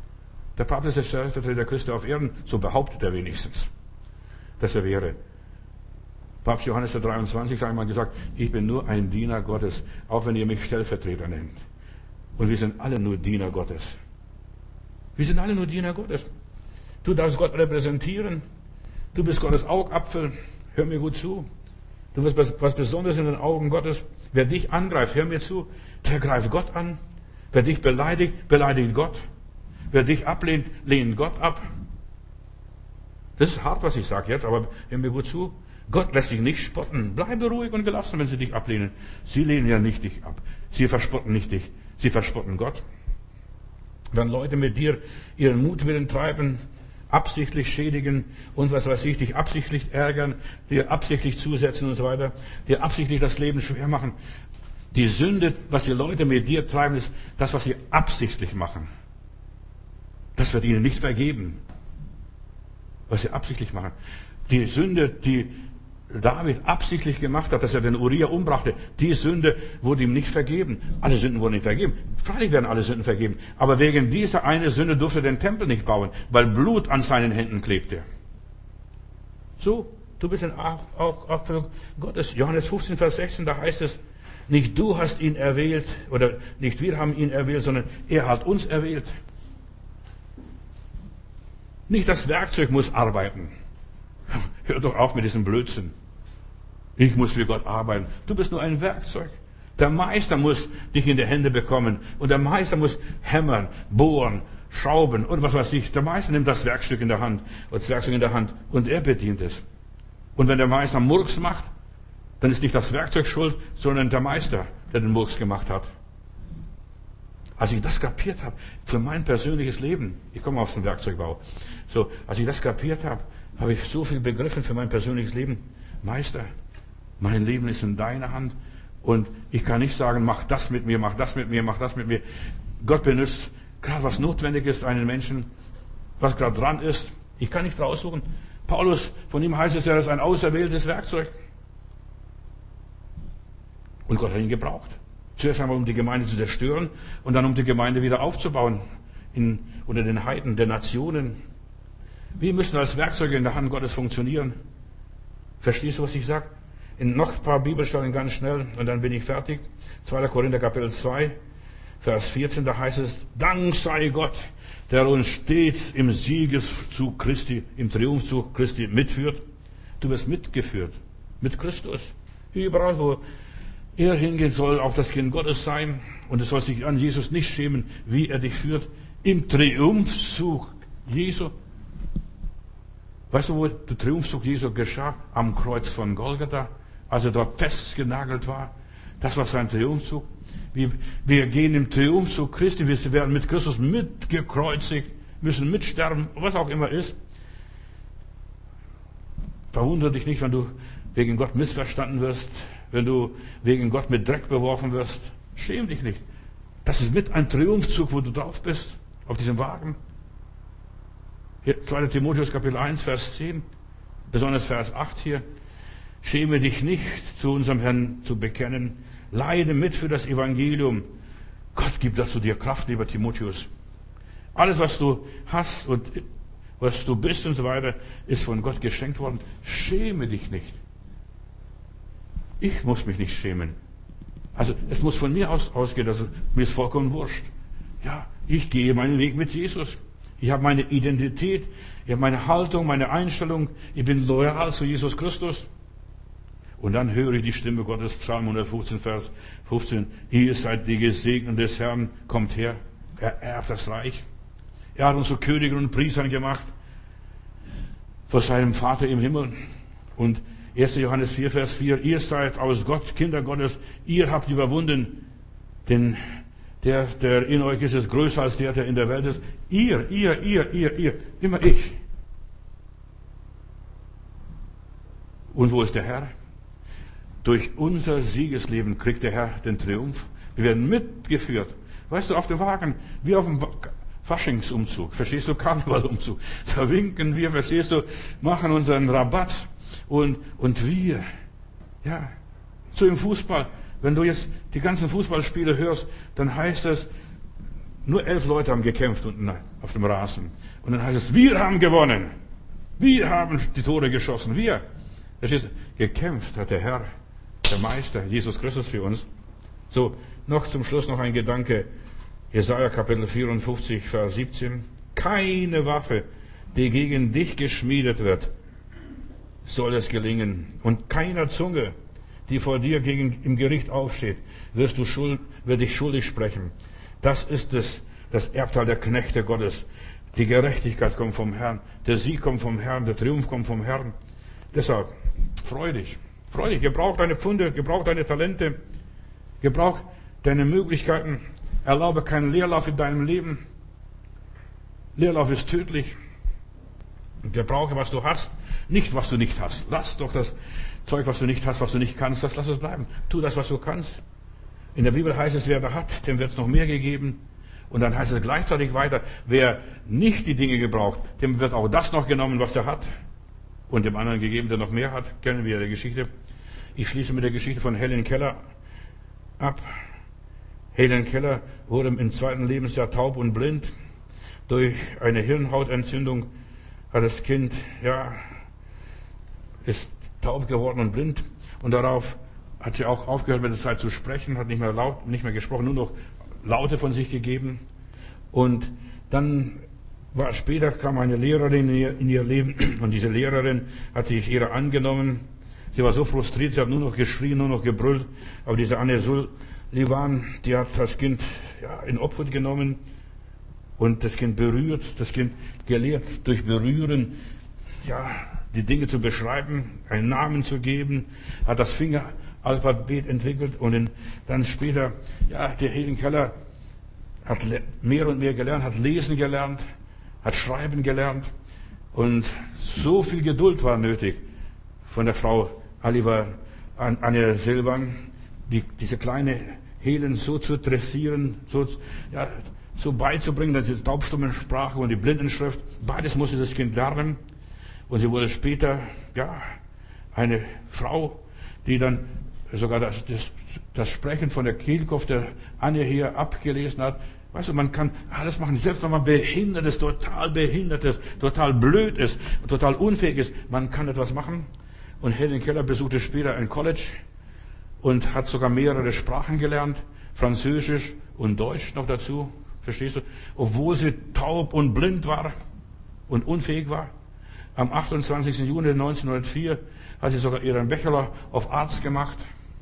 Der Papst ist der Stellvertreter Christi auf Erden, so behauptet er wenigstens, dass er wäre. Papst Johannes der 23 hat einmal gesagt, ich bin nur ein Diener Gottes, auch wenn ihr mich Stellvertreter nennt. Und wir sind alle nur Diener Gottes. Wir sind alle nur Diener Gottes. Du darfst Gott repräsentieren. Du bist Gottes Augapfel. Hör mir gut zu. Du bist was Besonderes in den Augen Gottes. Wer dich angreift, hör mir zu, der greift Gott an. Wer dich beleidigt, beleidigt Gott. Wer dich ablehnt, lehnt Gott ab. Das ist hart, was ich sage jetzt, aber hör mir gut zu. Gott lässt sich nicht spotten. Bleibe ruhig und gelassen, wenn sie dich ablehnen. Sie lehnen ja nicht dich ab. Sie verspotten nicht dich. Sie verspotten Gott. Wenn Leute mit dir ihren Mutwillen treiben, absichtlich schädigen und was weiß ich, dich absichtlich ärgern, dir absichtlich zusetzen und so weiter, dir absichtlich das Leben schwer machen. Die Sünde, was die Leute mit dir treiben, ist das, was sie absichtlich machen. Das wird ihnen nicht vergeben. Was sie absichtlich machen. Die Sünde, die David absichtlich gemacht hat, dass er den Uriah umbrachte, die Sünde wurde ihm nicht vergeben. Alle Sünden wurden ihm vergeben. Freilich werden alle Sünden vergeben. Aber wegen dieser eine Sünde durfte er den Tempel nicht bauen, weil Blut an seinen Händen klebte. So, du bist ein Apfel Gottes. Johannes 15, Vers 16, da heißt es, nicht du hast ihn erwählt, oder nicht wir haben ihn erwählt, sondern er hat uns erwählt. Nicht das Werkzeug muss arbeiten. Hör doch auf mit diesem Blödsinn. Ich muss für Gott arbeiten. Du bist nur ein Werkzeug. Der Meister muss dich in die Hände bekommen. Und der Meister muss hämmern, bohren, schrauben und was weiß ich. Der Meister nimmt das Werkstück in der Hand, das Werkzeug in der Hand und er bedient es. Und wenn der Meister Murks macht, dann ist nicht das Werkzeug schuld, sondern der Meister, der den Murks gemacht hat. Als ich das kapiert habe, für mein persönliches Leben, ich komme aus dem Werkzeugbau, so, als ich das kapiert habe, habe ich so viel begriffen für mein persönliches Leben. Meister, mein Leben ist in deiner Hand und ich kann nicht sagen, mach das mit mir, mach das mit mir, mach das mit mir. Gott benutzt gerade was notwendig ist, einen Menschen, was gerade dran ist. Ich kann nicht raussuchen. Paulus, von ihm heißt es, er ist ein auserwähltes Werkzeug. Und Gott hat ihn gebraucht. Zuerst einmal, um die Gemeinde zu zerstören und dann, um die Gemeinde wieder aufzubauen unter den Heiden der Nationen. Wir müssen als Werkzeuge in der Hand Gottes funktionieren. Verstehst du, was ich sage? In noch ein paar Bibelstellen ganz schnell und dann bin ich fertig. 2. Korinther Kapitel 2, Vers 14, da heißt es, Dank sei Gott, der uns stets im Siegeszug Christi, im Triumphzug Christi mitführt. Du wirst mitgeführt mit Christus. Überall, wo er hingehen soll, auch das Kind Gottes sein. Und es soll sich an Jesus nicht schämen, wie er dich führt. Im Triumphzug Jesu. Weißt du, wo der Triumphzug Jesu geschah? Am Kreuz von Golgatha, als er dort festgenagelt war. Das war sein Triumphzug. Wir gehen im Triumphzug Christi, wir werden mit Christus mitgekreuzigt, müssen mitsterben, was auch immer ist. Verwundere dich nicht, wenn du wegen Gott missverstanden wirst, wenn du wegen Gott mit Dreck beworfen wirst. Schäm dich nicht. Das ist mit ein Triumphzug, wo du drauf bist, auf diesem Wagen. Hier, 2. Timotheus Kapitel 1, Vers 10, besonders Vers 8 hier. Schäme dich nicht, zu unserem Herrn zu bekennen. Leide mit für das Evangelium. Gott gibt dazu dir Kraft, lieber Timotheus. Alles, was du hast und was du bist und so weiter, ist von Gott geschenkt worden. Schäme dich nicht. Ich muss mich nicht schämen. Also, es muss von mir ausgehen, also, mir ist vollkommen wurscht. Ja, ich gehe meinen Weg mit Jesus. Ich habe meine Identität, ich habe meine Haltung, meine Einstellung. Ich bin loyal zu Jesus Christus. Und dann höre ich die Stimme Gottes, Psalm 115, Vers 15. Ihr seid die Gesegneten des Herrn, kommt her. Er erbt das Reich. Er hat uns zu Königen und Priestern gemacht. Vor seinem Vater im Himmel. Und 1. Johannes 4, Vers 4. Ihr seid aus Gott, Kinder Gottes. Ihr habt überwunden. Denn der in euch ist größer als der in der Welt ist. Ihr. Immer ich. Und wo ist der Herr? Durch unser Siegesleben kriegt der Herr den Triumph. Wir werden mitgeführt. Weißt du, auf dem Wagen, wie auf dem Faschingsumzug. Verstehst du? Karnevalumzug. Da winken wir, verstehst du? Machen unseren Rabatt. Und wir. Ja. So im Fußball. Wenn du jetzt die ganzen Fußballspiele hörst, dann heißt es, Nur 11 Leute haben gekämpft unten auf dem Rasen. Und dann heißt es, wir haben gewonnen. Wir haben die Tore geschossen. Wir. Das ist, gekämpft hat der Herr, der Meister, Jesus Christus für uns. So, noch zum Schluss noch ein Gedanke. Jesaja Kapitel 54, Vers 17. Keine Waffe, die gegen dich geschmiedet wird, soll es gelingen. Und keiner Zunge, die vor dir im Gericht aufsteht, wird dich schuldig sprechen. Das ist das Erbteil der Knechte Gottes. Die Gerechtigkeit kommt vom Herrn, der Sieg kommt vom Herrn, der Triumph kommt vom Herrn. Deshalb, freu dich, gebrauch deine Pfunde, gebrauch deine Talente, gebrauch deine Möglichkeiten, erlaube keinen Leerlauf in deinem Leben. Leerlauf ist tödlich. Gebrauche, was du hast, nicht, was du nicht hast. Lass doch das Zeug, was du nicht hast, was du nicht kannst, lass es bleiben. Tu das, was du kannst. In der Bibel heißt es, wer da hat, dem wird es noch mehr gegeben. Und dann heißt es gleichzeitig weiter, wer nicht die Dinge gebraucht, dem wird auch das noch genommen, was er hat. Und dem anderen gegeben, der noch mehr hat. Kennen wir die Geschichte. Ich schließe mit der Geschichte von Helen Keller ab. Helen Keller wurde im 2. Lebensjahr taub und blind. Durch eine Hirnhautentzündung hat das Kind, ist taub geworden und blind. Und darauf hat sie auch aufgehört, mit der Zeit zu sprechen, hat nicht mehr gesprochen, nur noch Laute von sich gegeben. Und dann später kam eine Lehrerin in ihr Leben und diese Lehrerin hat sich ihrer angenommen. Sie war so frustriert, sie hat nur noch geschrien, nur noch gebrüllt. Aber diese Anne Sullivan, die hat das Kind in Obhut genommen und das Kind berührt, das Kind gelehrt, durch Berühren, die Dinge zu beschreiben, einen Namen zu geben, hat das Fingeralphabet entwickelt und dann später, der Helen Keller hat mehr und mehr gelernt, hat lesen gelernt, hat schreiben gelernt und so viel Geduld war nötig von der Frau Anne Sullivan, diese kleine Helen so zu dressieren, so beizubringen, dass die Taubstummensprache und die Blindenschrift, beides musste das Kind lernen. Und sie wurde später, eine Frau, die dann sogar das Sprechen von der Kehlkopf der Anne hier abgelesen hat. Weißt du, man kann alles machen, selbst wenn man behindert ist, total blöd ist und total unfähig ist, man kann etwas machen. Und Helen Keller besuchte später ein College und hat sogar mehrere Sprachen gelernt, Französisch und Deutsch noch dazu, verstehst du? Obwohl sie taub und blind war und unfähig war. Am 28. Juni 1904 hat sie sogar ihren Bachelor of Arts gemacht.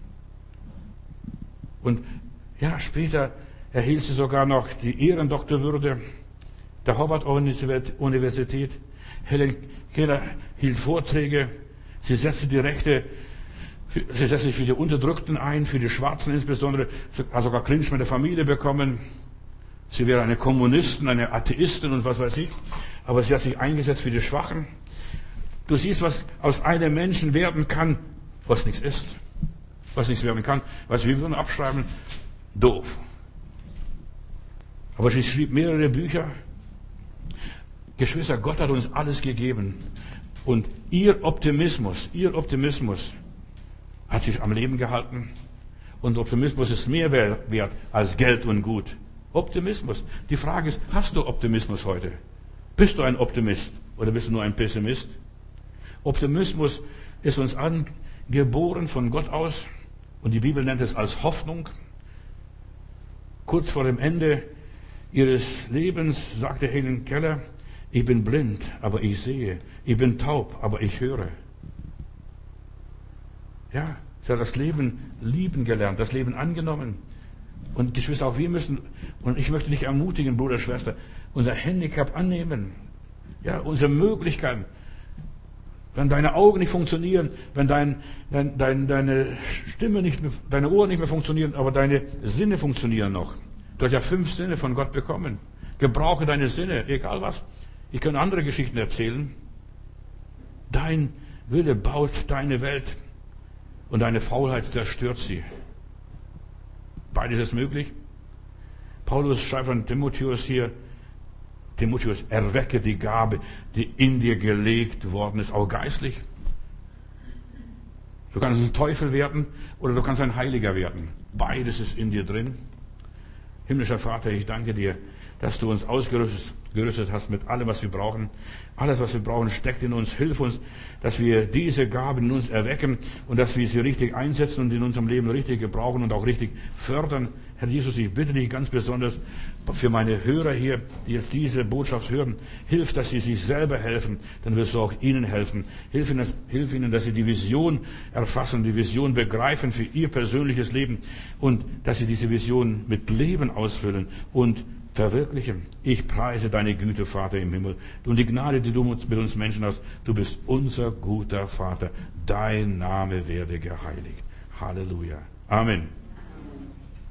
Und später erhielt sie sogar noch die Ehrendoktorwürde der Harvard-Universität. Helen Keller hielt Vorträge. Sie setzte sich für die Unterdrückten ein, für die Schwarzen insbesondere. Hat sogar Clinch mit der Familie bekommen. Sie wäre eine Kommunistin, eine Atheistin und was weiß ich. Aber sie hat sich eingesetzt für die Schwachen. Du siehst, was aus einem Menschen werden kann, was nichts ist. Was nichts werden kann. Was wir würden abschreiben, doof. Aber sie schrieb mehrere Bücher. Geschwister, Gott hat uns alles gegeben. Und ihr Optimismus hat sich am Leben gehalten. Und Optimismus ist mehr wert als Geld und Gut. Optimismus. Die Frage ist, hast du Optimismus heute? Bist du ein Optimist oder bist du nur ein Pessimist? Optimismus ist uns angeboren von Gott aus und die Bibel nennt es als Hoffnung. Kurz vor dem Ende ihres Lebens sagte Helen Keller, ich bin blind, aber ich sehe. Ich bin taub, aber ich höre. Sie hat das Leben lieben gelernt, das Leben angenommen. Und Geschwister, auch wir müssen, und ich möchte dich ermutigen, Bruder, Schwester, unser Handicap annehmen. Unsere Möglichkeiten. Wenn deine Augen nicht funktionieren, wenn deine Stimme nicht mehr, deine Ohren nicht mehr funktionieren, aber deine Sinne funktionieren noch. Du hast 5 Sinne von Gott bekommen. Gebrauche deine Sinne, egal was. Ich kann andere Geschichten erzählen. Dein Wille baut deine Welt und deine Faulheit zerstört sie. Beides ist möglich. Paulus schreibt an Timotheus hier, Timotheus, erwecke die Gabe, die in dir gelegt worden ist, auch geistlich. Du kannst ein Teufel werden oder du kannst ein Heiliger werden. Beides ist in dir drin. Himmlischer Vater, ich danke dir, dass du uns ausgerüstet hast mit allem, was wir brauchen. Alles, was wir brauchen, steckt in uns. Hilf uns, dass wir diese Gaben in uns erwecken und dass wir sie richtig einsetzen und in unserem Leben richtig gebrauchen und auch richtig fördern. Herr Jesus, ich bitte dich ganz besonders für meine Hörer hier, die jetzt diese Botschaft hören. Hilf, dass sie sich selber helfen, dann wirst du auch ihnen helfen. Hilf ihnen, dass sie die Vision erfassen, die Vision begreifen für ihr persönliches Leben und dass sie diese Vision mit Leben ausfüllen und verwirklichen. Ich preise deine Güte, Vater im Himmel, und die Gnade, die du mit uns Menschen hast. Du bist unser guter Vater. Dein Name werde geheiligt. Halleluja. Amen.